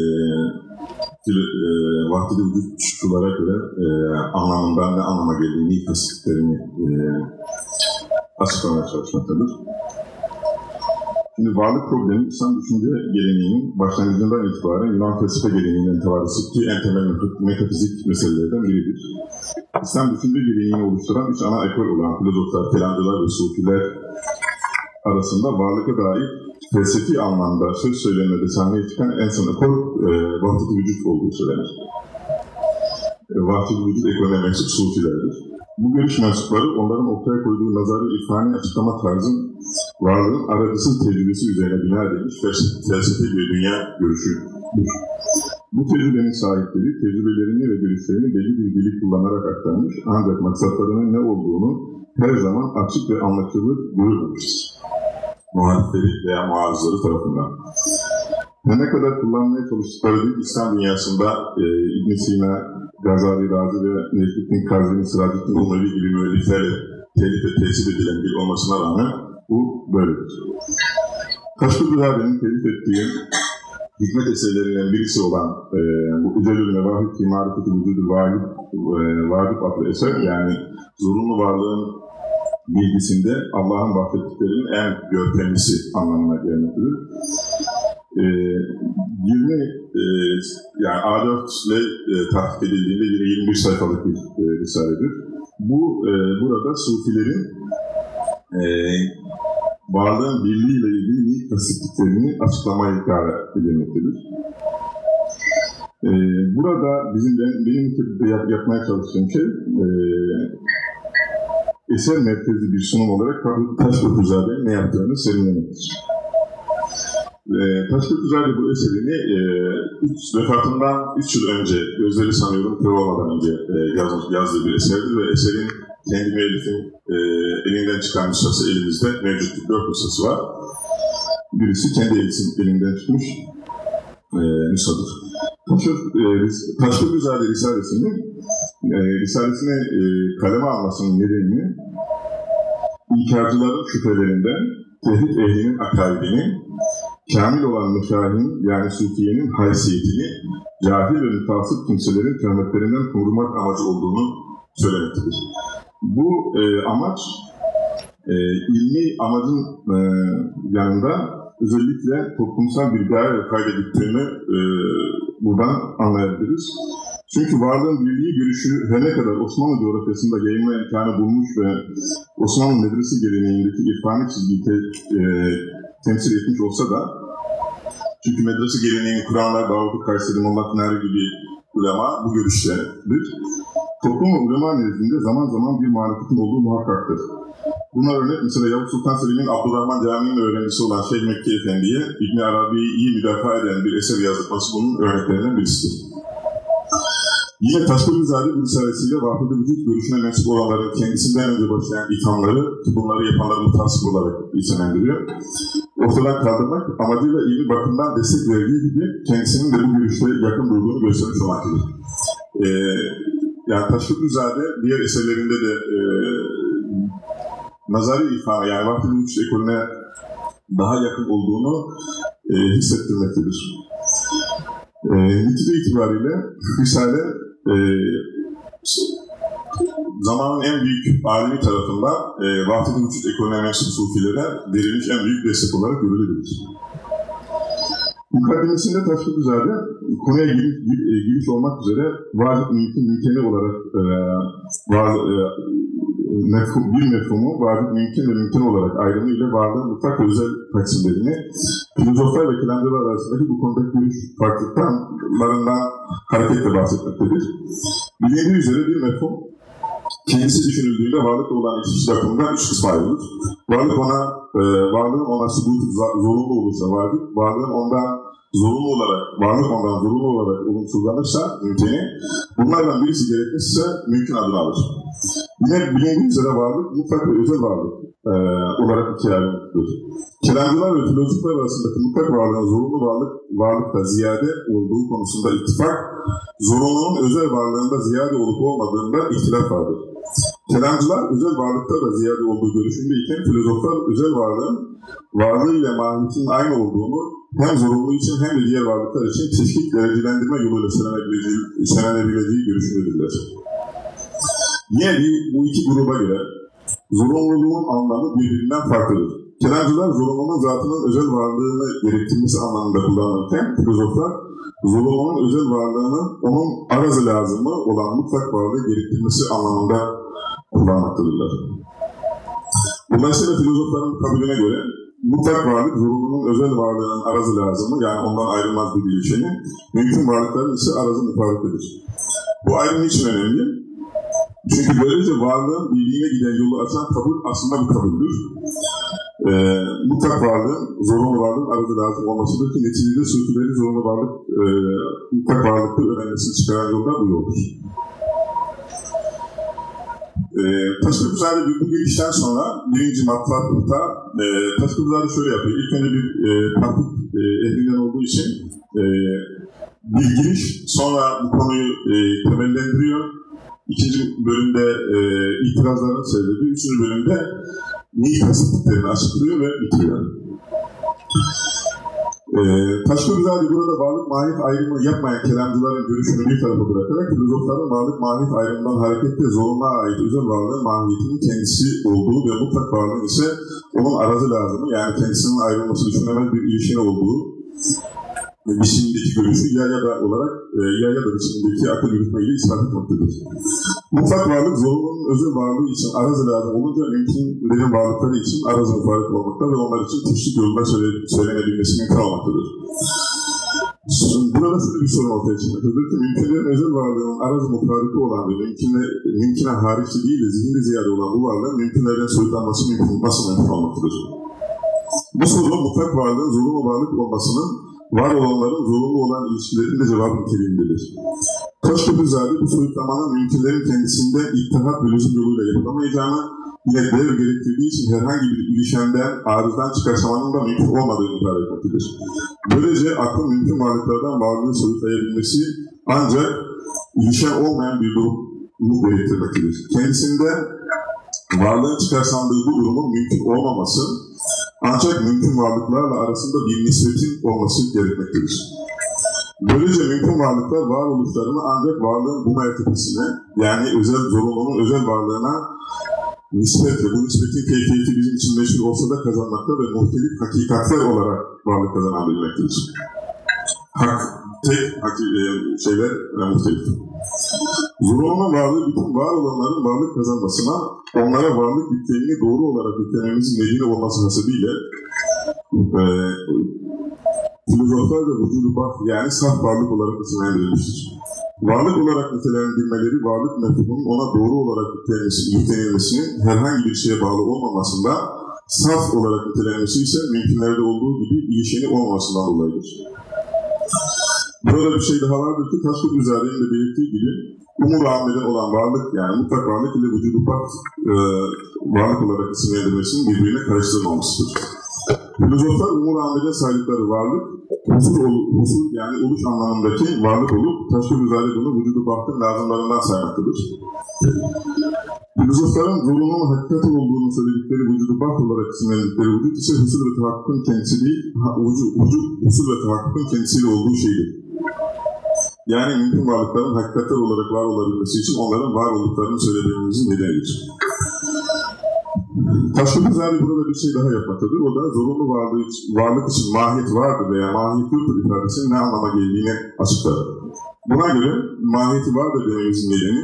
S4: vahdedi vücutçulara göre anlamından ne anlama geldiğini, tespitlerini açıklamaya çalışmaktadır. Şimdi varlık problemi İslam düşünce geleneğinin başlangıcından itibaren Yunan felsefe geleneğinden tevarüs ettiği en temel metafizik meselelerden biridir. İslam düşünce geleneğini oluşturan 3 ana ekol olan filozoflar, kelamcılar ve sufiler arasında varlığa dair felsefi anlamda söz söylemede sahneye çıkan en son ekol vahdet-i vücut olduğu söylenir. Vahdet-i vücut ekolüne mensup sufilerdir. Bu görüş mensupları onların ortaya koyduğu nazari irfani açıklama tarzın varlığın aracısız tecrübesi üzerine bina edilmiş felsefi bir dünya görüşüdür. Bu tecrübenin sahipleri tecrübelerini ve görüşlerini belli bir dili kullanarak aktarmış ancak maksatlarının ne olduğunu her zaman açık ve anlaşılır görülmemiştir. Muhalifleri veya muarızları tarafından. Her ne kadar kullanmaya çalıştıkları bir İslam dünyasında İbn Sina, Gazali, Razi ve Necmettin Kazvini, Sıracettin Umevi gibi müelliflerle telif ve tesir edilen bir olmasına rağmen bu böyledir. Taşkıbüzade'nin telif ettiği hikmet eserlerinden birisi olan bu Üzelül Mevahid fi Marifeti Vücudul Vacip adlı eser, yani zorunlu varlığın bilgisinde Allah'ın bahsettiklerinin en görkemlisi anlamına gelmektedir. 20 yani A4 ile tahkik edildiğinde 21 sayfalık bir risaledir. Burada Sufilerin varlığın birliğiyle ilgili kasıttıklarını açıklamaya iddia edilmektedir. Burada benim yapmaya çalıştığım şey eser merkezli bir sunum olarak Taşköprüzade'nin ne yaptığını serinlemektir. Taşköprüzade bu eserini vefatından 3 yıl önce, gözleri sanıyorum kör olmadan önce yazdığı bir eserdir ve eserin kendi müellifin elinden çıkan nüshası elimizde mevcut 4 nüshası var. Birisi kendi elinden çıkmış nüshadır. Taşköprüzade Risalesini kaleme almasının nedenini İnkarcıların şüphelerinden tevhid ehlinin akaidini, kamil olan müşahinin yani Sufiye'nin haysiyetini cahil ve mütasip kimselerin töhmetlerinden korumak amacı olduğunu söylemektedir. Bu amaç ilmi amacın yanında özellikle toplumsal bir gaye ve fayda güttüğünü buradan anlayabiliriz. Çünkü varlığın birliği görüşü her ne kadar Osmanlı coğrafyasında yayılma imkanı bulmuş ve Osmanlı medrese geleneğindeki irfani çizgiyi temsil etmiş olsa da, çünkü medrese geleneğini kuranlar Davud-u Kayseri, Molla Pınarı gibi ulema bu görüştedir. Toplum ve ulema nezdinde zaman zaman bir marifetin olduğu muhakkaktır. Buna örnek mesela Yavuz Sultan Selim'in Abdurrahman Camii'nin öğrencisi olan Şeyh Mekki Efendi'ye İbn Arabi'yi iyi müdafaa eden bir eser yazılması bunun örneklerinden birisidir. Yine Taşköprüzade bu risalesiyle vahid-i vücut görüşüne mensup olanların kendisinden önce başlayan ithamları, ki bunları yapanları mutasip olarak isimlendiriyor, ortadan kaldırmak amacıyla ilmi bakımdan destek verdiği gibi kendisinin de bu görüşte yakın durduğunu göstermiş olmaktadır. Yani Taşköprüzade diğer eserlerinde de nazari ifade, yani vahid-i vücut ekolüne daha yakın olduğunu hissettirmektedir. Netice itibariyle Risale zamanın en büyük alimi tarafından vahid-i vücut ekolüne mensup Sufilere verilmiş en büyük destek olarak görülebilir. Mukaddemesinde Taşköprüzade konuya giriş olmak üzere vacip mümkeni olarak bir mefhumu vacip mümkün ve mümkün olarak ayrımı ile varlığın mutlak ve özel taksimlerini, filozoflar ve kelamcılar arasındaki bu konudaki görüş farklılıklarından hareketle bahsetmektedir. Bilindiği üzere bir mefhum kendisi düşünüldüğünde varlıkla olan ilişkisi bakımından 3 kısma ayrılır. Varlığın ona sübutu zorunlu olursa vacip, varlık ondan zorunlu olarak olumsuzlanırsa mümkeni, bunlardan birisi gerekmezse mümkün adını alır. Yine bilindiği üzere varlık mutlak ve özel varlık olarak ikiye ayrılmıştır. Kelamcılar ve filozoflar arasındaki mutlak varlığın zorunlu varlıkta ziyade olduğu konusunda ittifak, zorunluluğun özel varlığında ziyade olup olmadığında ihtilaf vardır. Kelamcılar özel varlıkta da ziyade olduğu görüşündeyken filozoflar özel varlığıyla mahiyetinin aynı olduğunu hem zorunlu için hem de diğer varlıklar için teşkik derecelendirme yoluyla sınanabileceği görüşündedirler. Yine bu iki gruba göre zorunluluğun anlamı birbirinden farklıdır. Kelamcılar zorunluluğun zatının özel varlığını gerektirmesi anlamında kullanırken filozoflar zorunluluğun özel varlığının onun arazı lazımı olan mutlak varlığı gerektirmesi anlamında kullanmaktadırlar. Dolayısıyla filozofların kabulüne göre mutlak varlık zorunluluğun özel varlığının arazı lazımı, yani ondan ayrılmaz bir bileşeni, mümkün varlıkların ise arazı müfarrıkıdır. Bu ayrım için önemli. Çünkü böylece varlığın birliğine giden yolu açan kabul aslında bu kabuldür. Mutlak varlığın, zorunlu varlığın arada lazım olmasıdır ki neticede sürtüleri zorunlu varlık, mutlak varlıkta öğrenmesini çıkaran yolda bu yoldur. Taşkınlıklarda bu girişten sonra birinci matlakta Taşkınlıklarda şöyle yapıyor. İlk önce bir taktik ehlinden olduğu için bir giriş, sonra bu konuyu temellendiriyor. İkinci bölümde itirazlarını söyledi. Üçüncü bölümde neyi kastettiklerini açıklıyor ve bitiriyor. Taşkınlıklarda burada varlık mahiyet ayrımı yapmayan kelamcıların görüşünü bir tarafa bırakarak filozofların varlık mahiyet ayrımından hareketle zorunluğa ait özel varlığın mahiyetinin kendisi olduğu ve mutlak varlığın ise onun arazı lazımı, yani kendisinin ayrılması düşünemez bir ilişki olduğu biçimindeki görüşü ya da biçimindeki akıl yürütmeyle ispat etmektedir. Mutlak varlık zorunlunun özel varlığı için arazı lazım olunca mümkünlerin varlıkları için arazı mübarek olmakta ve onlar için teşvik yolunda söylenebilmesi mümkün olmaktadır. Burada şöyle bir sorun ortaya çıkmaktadır ki mümkünlerin özel varlığının arazı mübareki olan ve mümküne hariçli değil de zihinde ziyade olan bu varlığın mümkünlerden soyutlanması nasıl mümkün olmaktadır? Bu soru mutlak varlığın zorunlu varlık olmasının var olanların zorunlu olan ilişkilerinin de cevabı niteliğindedir. Taşkınlıkzade bu soyutlamanın mümkünlerin kendisinde ittihat ve lüzum yoluyla yapılamayacağını, yine değer gerektirdiği için herhangi bir ilişenden, arızdan çıkarsamanın da mümkün olmadığını ifade etmektedir. Böylece aklın mümkün varlıklardan varlığı soyutlayabilmesi ancak ilişen olmayan bir durumu gerektirmektedir. Kendisinde varlığın çıkarsandığı bu durumun mümkün olmaması, ancak mümkün varlıklarla arasında bir nispetin olması gerekmektedir. Böylece mümkün varlıklar varoluşlarını ancak varlığın bu mertebesine, yani zorunlunun özel varlığına nispetle, bu nispetin keyfiyeti bizim için meşhur olsa da kazanmakta ve muhtelif hakikatler olarak varlık kazanabilmektedir. Şeyler muhtelif. Zorunlunun varlığı bütün var olanların varlık kazanmasına, onlara varlık yüklemini doğru olarak yüklememizin nedeni olması hasebiyle filozoflar da vücudu yani saf varlık olarak isimlendirilmiştir. Varlık olarak nitelendirmeleri varlık mefhumunun ona doğru olarak yüklenilmesinin herhangi bir şeye bağlı olmamasında, saf olarak nitelenmesi ise mümkünlerde olduğu gibi ilişkili olmamasından dolayıdır. Burada bir şey daha vardır ki Taşkınlıkzade'nin de belirttiği gibi umur amelen olan varlık, yani mutlak varlık ile vücudu varlık olarak isimlendirmesinin birbirine karıştırılmamıştır. Filozoflar umur amelen saydıkları varlık, husul yani oluş anlamındaki varlık olup Taşkınlıkzade bunu vücudu bahtın lazımlarından saymaktadır. Filozofların zorunlunun hakikati olduğunu söyledikleri vücudu baht olarak isimlendikleri vücut ise husul ve tahakkukun kendisi değil, vücut husul ve tahakkukun kendisiyle olduğu şeydir. Yani mümkün varlıkların hakikatler olarak var olabilmesi için onların var olduklarını söylememizin nedenidir. Taşkınlıkzade burada bir şey daha yapmaktadır. O da zorunlu varlık için mahiyet vardır veya mahiyet yoktur ifadesinin ne anlama geldiğini açıklar. Buna göre mahiyeti vardır dememizin nedeni,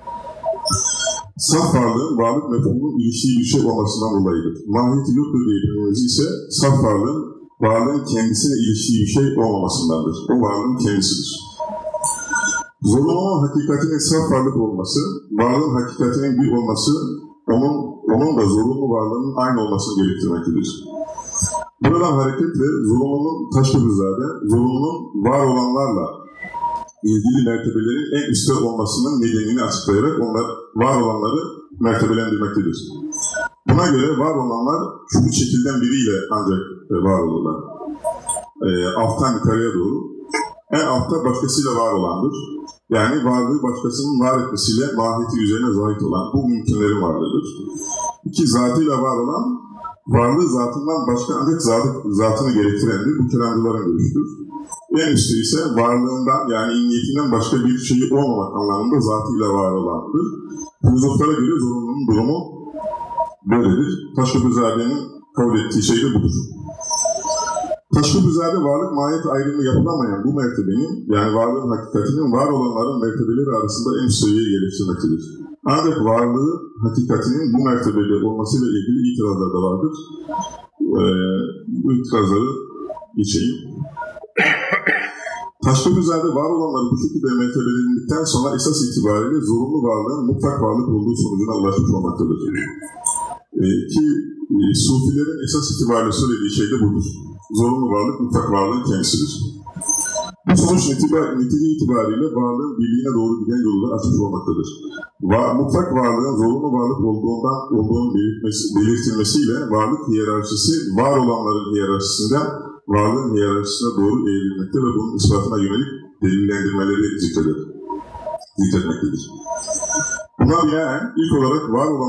S4: saf varlığın varlık mefhumunun iliştiği bir şey olmasından dolayıdır. Mahiyeti yoktur diye dememiz ise saf varlığın kendisine iliştiği bir şey olmamasındandır. O varlığın kendisidir. Zorunlunun hakikatinin saf varlık olması, varlığın hakikatinin bir olması, onun da zorunlu varlığının aynı olmasını gerektirmektedir. Buradan hareketle zorunlunun Taşkınlıkzade, zorunlunun var olanlarla ilgili mertebelerin en üstte olmasının nedenini açıklayarak var olanları mertebelendirmektedir. Buna göre var olanlar şu üç şekilden biriyle ancak var olurlar. Alttan yukarıya doğru. En altta başkasıyla var olandır. Yani varlığı başkasının var etmesiyle mahiyeti üzerine zahit olan bu mümkünlerin varlığıdır. İki, zatıyla var olan, varlığı zatından başka ancak zatını gerektirendir. Bu kelamcıların görüşüdür. En üstü ise varlığından yani inniyetinden başka bir şeyi olmamak anlamında zatıyla var olandır. Filozoflara göre zorunlunun durumu böyledir. Taşkınlıkzade'nin kabul ettiği şey de budur. Taşkınlıkzade varlık mahiyet ayrımı yapılamayan bu mertebenin, yani varlığın hakikatinin var olanların mertebeleri arasında en üst seviyeye yerleştirmektedir. Ancak varlığı hakikatinin bu mertebede olmasıyla ilgili itirazlar da vardır. Bu itirazları geçeyim. Taşköprüzade var olanları bu şekilde mertebelenildikten sonra esas itibariyle zorunlu varlığın mutlak varlık olduğu sonucuna ulaşmış olmaktadır. Ki Sufilerin esas itibariyle söylediği şey de budur. Zorunlu varlık mutlak varlığın kendisidir. Bu sonuç netice itibariyle varlığın birliğine doğru giden yolu da açmış olmaktadır. Mutlak varlığın zorunlu varlık olduğunun belirtilmesiyle varlık hiyerarşisi var olanların hiyerarşisinden varlığın hiyerarşisine doğru eğrilmekte ve bunun ispatına yönelik delillendirmeleri zikretmektedir. Buna binaen ilk olarak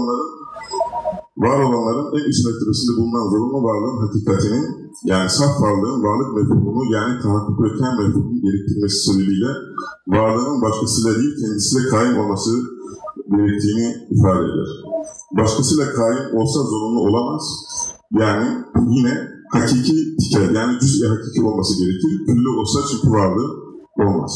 S4: var olanların en üst mertebesinde bulunan zorunlu varlığın hakikatinin, yani saf varlığın varlık mefhumunu, yani tahakkuk eden mefhumunu gerektirmesi sebebiyle varlığın başkasıyla değil kendisiyle kaim olması gerektiğini ifade eder. Başkasıyla kaim olsa zorunlu olamaz. Yani yine hakiki tikel, yani cüz-i hakiki olması gerekir. Külli olsa çünkü varlığı olmaz.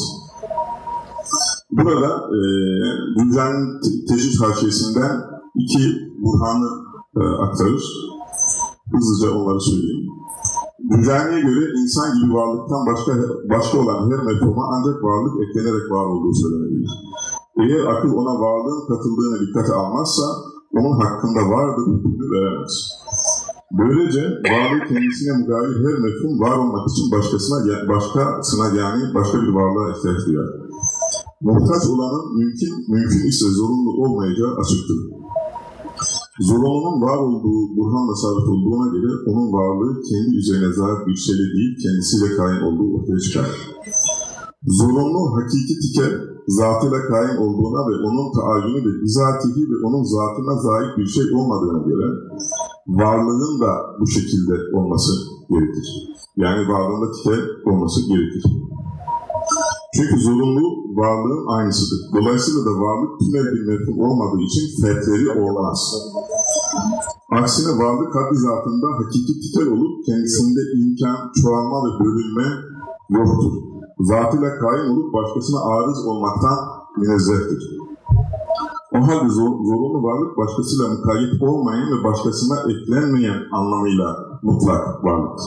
S4: Burada Düzcan'ın teşhis haşiyesinden iki burhanı aktarır. Hızlıca onları söyleyeyim. Düzcan'a göre insan gibi varlıktan başka olan her mefhuma ancak varlık eklenerek var olduğu söylenebilir. Eğer akıl ona varlığın katıldığını dikkate almazsa onun hakkında vardır hükmünü veremez. Böylece varlığı kendisine mugayir her mefhum var olmak için başkasına yani başka bir varlığa ihtiyaç duyar. Muhtaç olanın mümkün ise zorunlu olmayacağı açıktır. Zorunlunun var olduğu burhanla sabit olduğuna göre onun varlığı kendi üzerine zahir bir şeyle değil kendisiyle kaim olduğu ortaya çıkar. Zorunlu hakiki tikel zatıyla kaim olduğuna ve onun taayyünü de bizatihi ve onun zatına zahir bir şey olmadığına göre varlığın da bu şekilde olması gerekir. Yani varlığında tikel olması gerekir. Çünkü zorunlu varlığın aynısıdır. Dolayısıyla da varlık tümel bir mefhum olmadığı için fertleri olmaz. Aksine varlık haddi zatında hakiki tikel olup kendisinde imkan, çoğalma ve bölünme yoktur. Zatıyla kaim olup başkasına arız olmaktan münezzehtir. O halde zorunlu varlık başkasıyla mukayyet olmayan ve başkasına eklenmeyen anlamıyla mutlak varlıktır.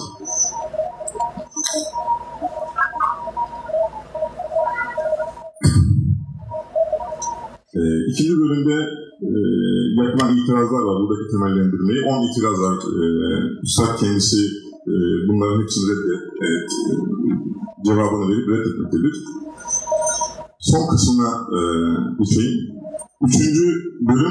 S4: İkinci bölümde yapılan itirazlar var. Buradaki temellendirmeyi 10 itiraz var. Üstad kendisi bunların hepsini cevabını verip reddetmektedir. Son kısmına geçeyim. Üçüncü bölüm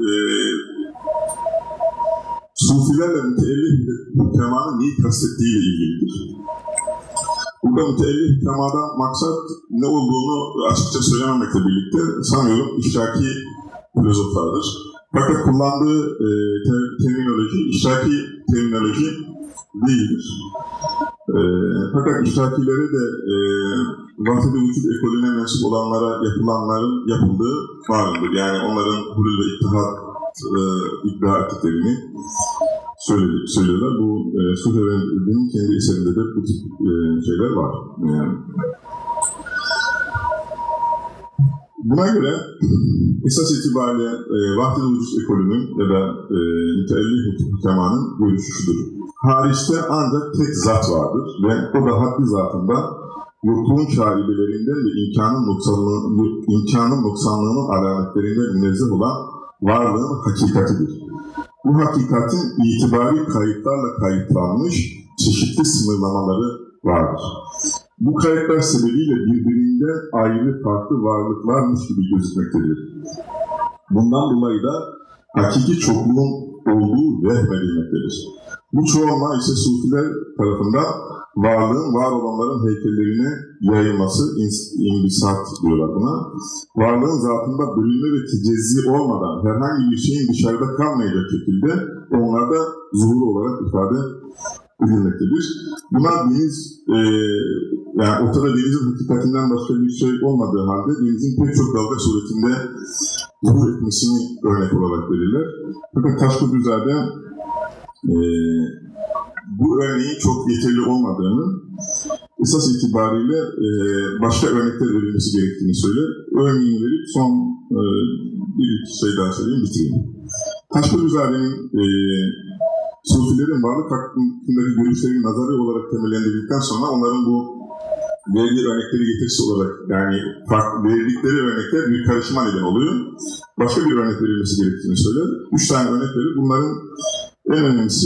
S4: Sufilerle müteellif hükemanın neyi kastettiğiyle ilgilidir. Burada müteellif hükemadan maksat ne olduğunu açıkça söylememekle birlikte sanıyorum işraki filozoflardır. Fakat kullandığı terminoloji işraki terminoloji değildir. Fakat işrakilere de Vahdet-i Vücud ekolüne mensup olanlara yapılanların yapıldığı malumdur. Yani onların hulul ve ittihat iddia ettiklerini söylüyorlar. Bu Sufi'nin kendi eserinde de bu tip şeyler var. Yani. Buna göre esas itibariyle Vahdet-i Vücud ekolünün ya da müteellif hükemanın görüşü şudur. Hariçte ancak tek zat vardır ve o da haddi zatında yokluğun şaibelerinden ve imkanın noksanlığının alametlerinden münezzeh olan varlığın hakikatidir. Bu hakikatin itibari kayıtlarla kayıtlanmış çeşitli sınırlamaları vardır. Bu kayıtlar sebebiyle birbirinden ayrı farklı varlıklarmış gibi gözükmektedir. Bundan dolayı da hakiki çokluğun olduğu vehmedilmektedir. Bu çoğalma ise Sufiler tarafından varlığın var olanların heykellerine yayılması, imbisat diyorlar buna. Varlığın zatında bölünme ve tecezzi olmadan herhangi bir şeyin dışarıda kalmayacak şekilde onlarda zuhur olarak ifade edilmektedir. Buna deniz, yani ortada denizin hakikatinden başka bir şey olmadığı halde denizin pek çok dalga suretinde zuhur etmesini örnek olarak verirler. Fakat Taşköprüzade bu örneğin çok yeterli olmadığını, esas itibariyle başka örnekler verilmesi gerektiğini söyler. Örneğini verip son bir iki şey daha söyleyeyim, bitireyim. Taşköprüzade'nin Sufilerin varlık hakkındaki görüşlerini nazari olarak temellendirdikten sonra onların bu verdiği örnekleri getirisi olarak, yani verdikleri örnekler bir karışıma neden oluyor. Başka bir örnek verilmesi gerektiğini söyler. 3 tane örnek verir. Bunların en önemlisi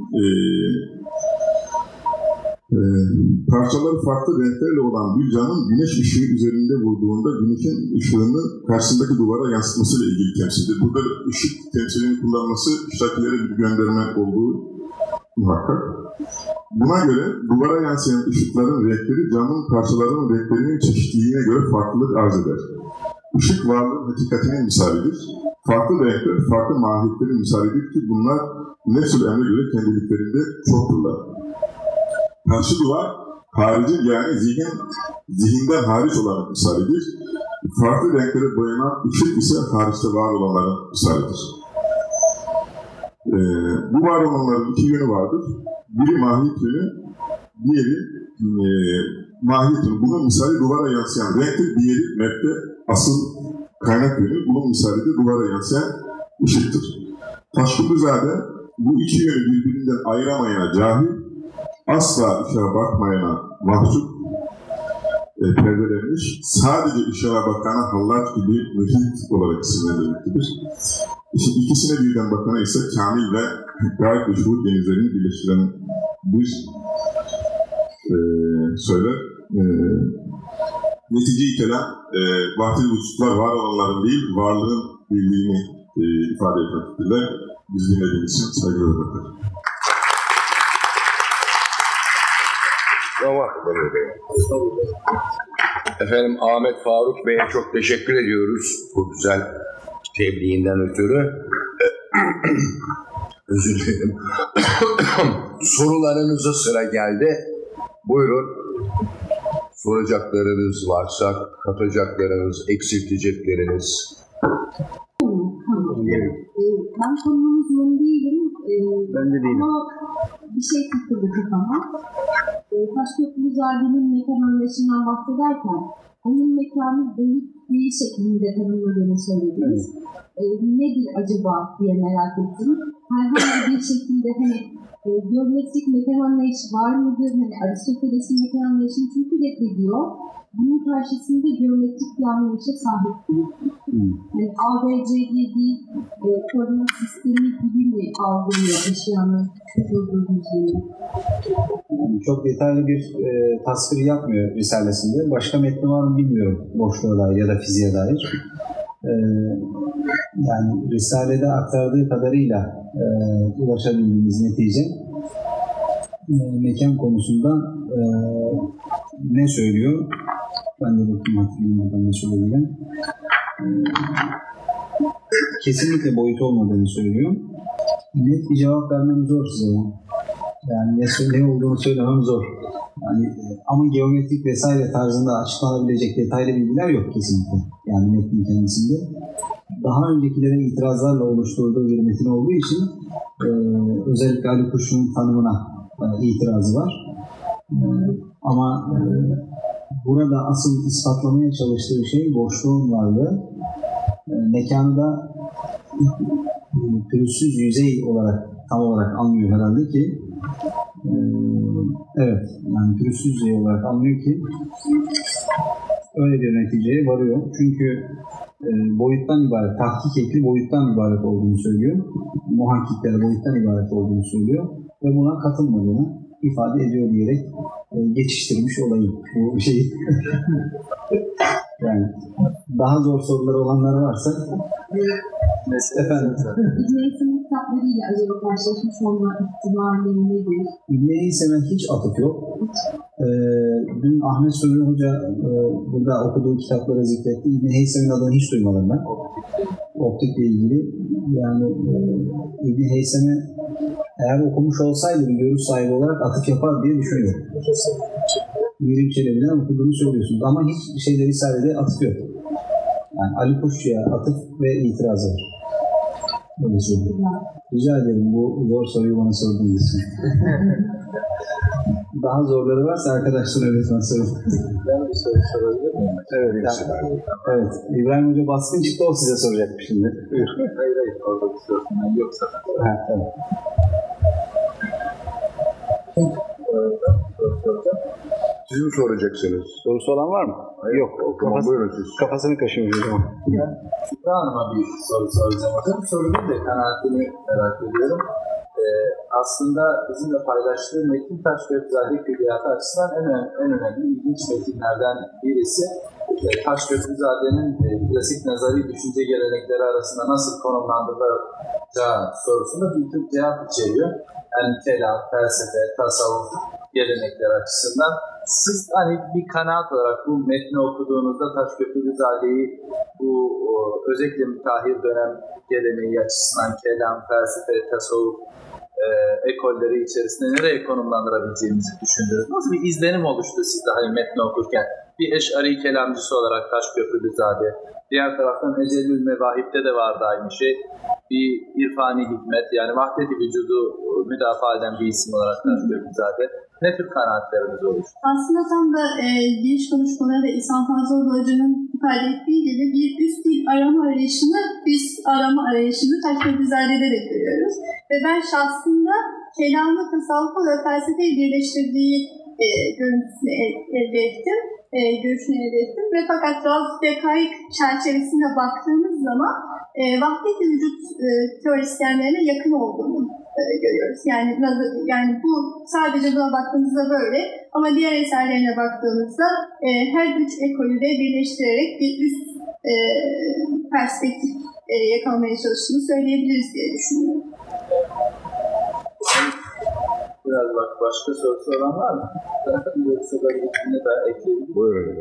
S4: parçaları farklı renklerle olan bir camın güneş ışığı üzerinde vurduğunda güneşin ışığını karşısındaki duvara yansıtmasıyla ilgili temsildir. Burada ışık temsilini kullanması iştakilere bir gönderme olduğu muhakkak. Buna göre duvara yansıyan ışıkların renkleri camın parçalarının renklerinin çeşitliliğine göre farklılık arz eder. Işık varlığın hakikatinin misalidir. Farklı renkler, farklı mahiyetlerin misalidir ki bunlar nefs-ül emre göre kendiliklerinde çokturlar. Karşı duvar, harici yani zihinden hariç olan misalidir. Farklı renklere boyanan ışık ise hariçte var olanların misalidir. Bu var olanların iki yönü vardır. Biri mahiyet yönü, diğeri mahiyet yönü. Bunun misali duvara yansıyan renktir. Diğeri map'te asıl kaynak yönü. Bunun misali de duvara yansıyan ışıktır. Taşkınlızade bu iki yönü birbirinden ayıramayana cahil, asla ışığa bakmayana mahcup, perdelenmiş, sadece ışığa bakana hallaç gibi mühit olarak isimlendirilmektedir. İkisine birden bakana ise kamil ve gayet ve şuhud denizlerini birleştiren bir söyler. Netice-i kelam, vahdil vücutlar var olanların değil, varlığın birliğini ifade etmektedirler. Biz dinlediğiniz için saygı duymaktadır.
S2: Efendim Ahmet Faruk Bey'e çok teşekkür ediyoruz bu güzel tebliğinden ötürü. Özür dilerim. Sorularınıza sıra geldi. Buyurun. Soracaklarınız varsa, katacaklarınız, eksiltecekleriniz.
S5: Ben konunun uzmanı değilim.
S1: Ben de değilim.
S5: Ama bir şey takıldı kafama. Taşköprü Zade'nin mekan anlayışından bahsederken onun mekanı boyut değil şeklinde tanımladığını söylediniz. Nedir acaba diye merak ettim. Herhangi bir şekilde geometrik mekan anlayışı var mıdır? Aristoteles'in mekan anlayışını çünkü reddediyor. Bunun karşısında geometrik bir anlayışa sahip değil. ABCD değil, koordinat sistemi gibi mi algılıyor eşyanın kurulduğu düzeni?
S6: Çok detaylı bir tasvir yapmıyor Risalesinde. Başka metni var mı bilmiyorum boşluğa dair ya da fiziğe dair. Yani Risale'de aktardığı kadarıyla ulaşabildiğimiz netice mekan konusunda ne söylüyor? Ben de bakayım hatırlayayım ne söylediğini. Kesinlikle boyut olmadığını söylüyor. Net bir cevap vermem zor size. Yani ne olduğunu söylemem zor. Yani ama geometrik vesaire tarzında açıklanabilecek detaylı bilgiler yok kesinlikle. Yani metnin kendisinde. Daha öncekilere itirazlarla oluşturduğu bir metin olduğu için özellikle Ali Kuşçu'nun tanımına itirazı var. Ama burada asıl ispatlamaya çalıştığı şey boşluğun varlığı. Mekanı da pürüzsüz yüzey olarak tam olarak anlıyor herhalde ki evet, yani pürüzsüz yüzey olarak anlıyor ki öyle bir neticeye varıyor. Çünkü boyuttan ibaret, tahkik ekli boyuttan ibaret olduğunu söylüyor. Muhakkikler boyuttan ibaret olduğunu söylüyor ve buna katılmadığını ifade ediyor diyerek geçiştirmiş olayım bu şeyi. Yani daha zor soruları olanlar varsa efendim.
S5: İbn-i Heysem'in kitaplarıyla acaba karşılaşmış olma ihtimali nedir?
S6: İbn-i Heysem'e hiç atıf yok. Dün Ahmet Sövri Hoca burada okuduğu kitapları zikretti. İbn-i Heysem'in adını hiç duymadım ben. Optikle ilgili. Yani İbn-i Heysem'e eğer okumuş olsaydı bir görüş sahibi olarak atıf yapar diye düşünüyorum. Mirim Çelebi'den okuduğunu söylüyorsunuz ama hiç şeyde Risale'de atıf yok. Yani Ali Kuşçu'ya atıf ve itirazı var. Öyle söyleyeyim. Rica ederim bu zor soruyu bana sorduğunuz için. Daha zorları varsa arkadaşlara lütfen sorun.
S1: Ben bir soru sorabilir miyim?
S6: Evet. Evet. İbrahim Hoca baskın çıktı, o size soracak şimdi.
S1: Hayır, orada bir soru yoksa.
S6: Ha, evet.
S2: Siz mi soracaksınız?
S6: Sorusu olan var mı? Yok.
S2: Tamam, buyurun siz.
S6: Kafasını kaşımış hocam.
S1: Ben Kübra Hanım'a bir soru soracağım hocam. Sorunun da kanaatini merak ediyorum. Aslında bizimle paylaştığı metin Taşköprüzade Külliyatı açısından en önemli, ilginç metinlerden birisi. Taşköprüzade'nin klasik nazari düşünce gelenekleri arasında nasıl konumlandırılacağı sorusunda bir tür cevap içeriyor. Yani kelam, felsefe, tasavvuf gelenekleri açısından. Siz hani bir kanaat olarak bu metni okuduğunuzda Taşköprüzade'yi bu özellikle müteahhir dönem geleneği açısından kelam, felsefe, tasavvuf ekolleri içerisinde nereye konumlandırabileceğimizi düşündünüz? Nasıl bir izlenim oluştu sizde hani metni okurken? Bir eş'ari kelamcısı olarak Taşköprülüzade, diğer taraftan Ecellül Mevahip'te de vardı aynı şey. Bir irfani hikmet, yani vahdet-i vücudu müdafaa eden bir isim olarak Taşköprülüzade. Ne tür kanaatleriniz oluştu?
S3: Aslında tam da giriş konuşmalarında İhsan Fazlıoğlu Hoca'nın ifade ettiği gibi bir üst dil arama arayışını Taşköprüzade'de de görüyoruz. Ve ben şahsında kelamı, tasavvufu ve felsefeyi birleştirdiği görüntüsünü elde ettim. Görüşünü elde ettim. Ve fakat Raz-ı Dekaik çerçevesinde baktığımız zaman vahdet-i vücut teorisyenlerine yakın olduğunu görüyoruz. Yani bu sadece buna baktığımızda böyle, ama diğer eserlerine baktığımızda her üç ekolü de birleştirerek bir üst perspektif yakalamaya çalıştığını söyleyebiliriz diye düşünüyorum.
S1: Biraz başka sorusu olan var mı? Yoksa da bir daha ekleyebilirim.
S2: Buyurun.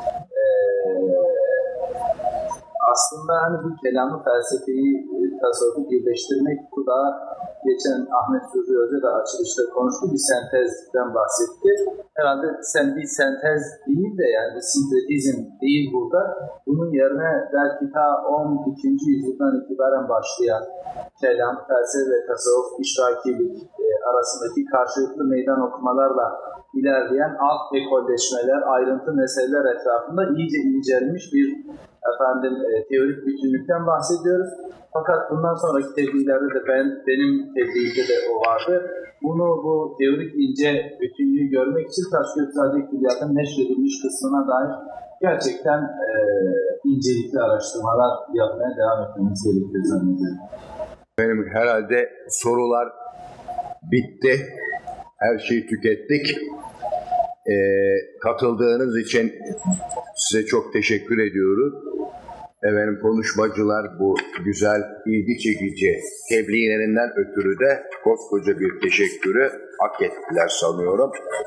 S1: Aslında hani bu kelamı, felsefeyi, tasavvufu birleştirmek, bu da geçen Ahmet Sürri Hoca da açılışta konuştu, bir sentezden bahsetti. Herhalde bir sentez değil de, yani bir sinkretizm değil burada. Bunun yerine belki ta 12. yüzyıldan itibaren başlayan kelam, felsefe ve tasavvuf, işrakilik arasındaki karşılıklı meydan okumalarla ilerleyen alt ekolleşmeler, ayrıntı meseleler etrafında iyice incelmiş bir teorik bütünlükten bahsediyoruz. Fakat bundan sonraki tebliğlerde de benim tebliğimde de o vardı. Bu teorik ince bütünlüğü görmek için Taşköprüzade Külliyatı'nın neşredilmiş kısmına dair gerçekten incelikli araştırmalar yapmaya devam etmemiz gerekiyor zannediyorum.
S2: Benim herhalde sorular bitti. Her şeyi tükettik. Katıldığınız için size çok teşekkür ediyoruz. Konuşmacılar bu güzel, ilgi çekici tebliğlerinden ötürü de koskoca bir teşekkürü hak ettiler sanıyorum.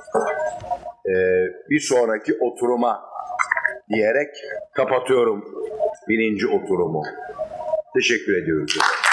S2: Bir sonraki oturuma diyerek kapatıyorum birinci oturumu. Teşekkür ediyoruz.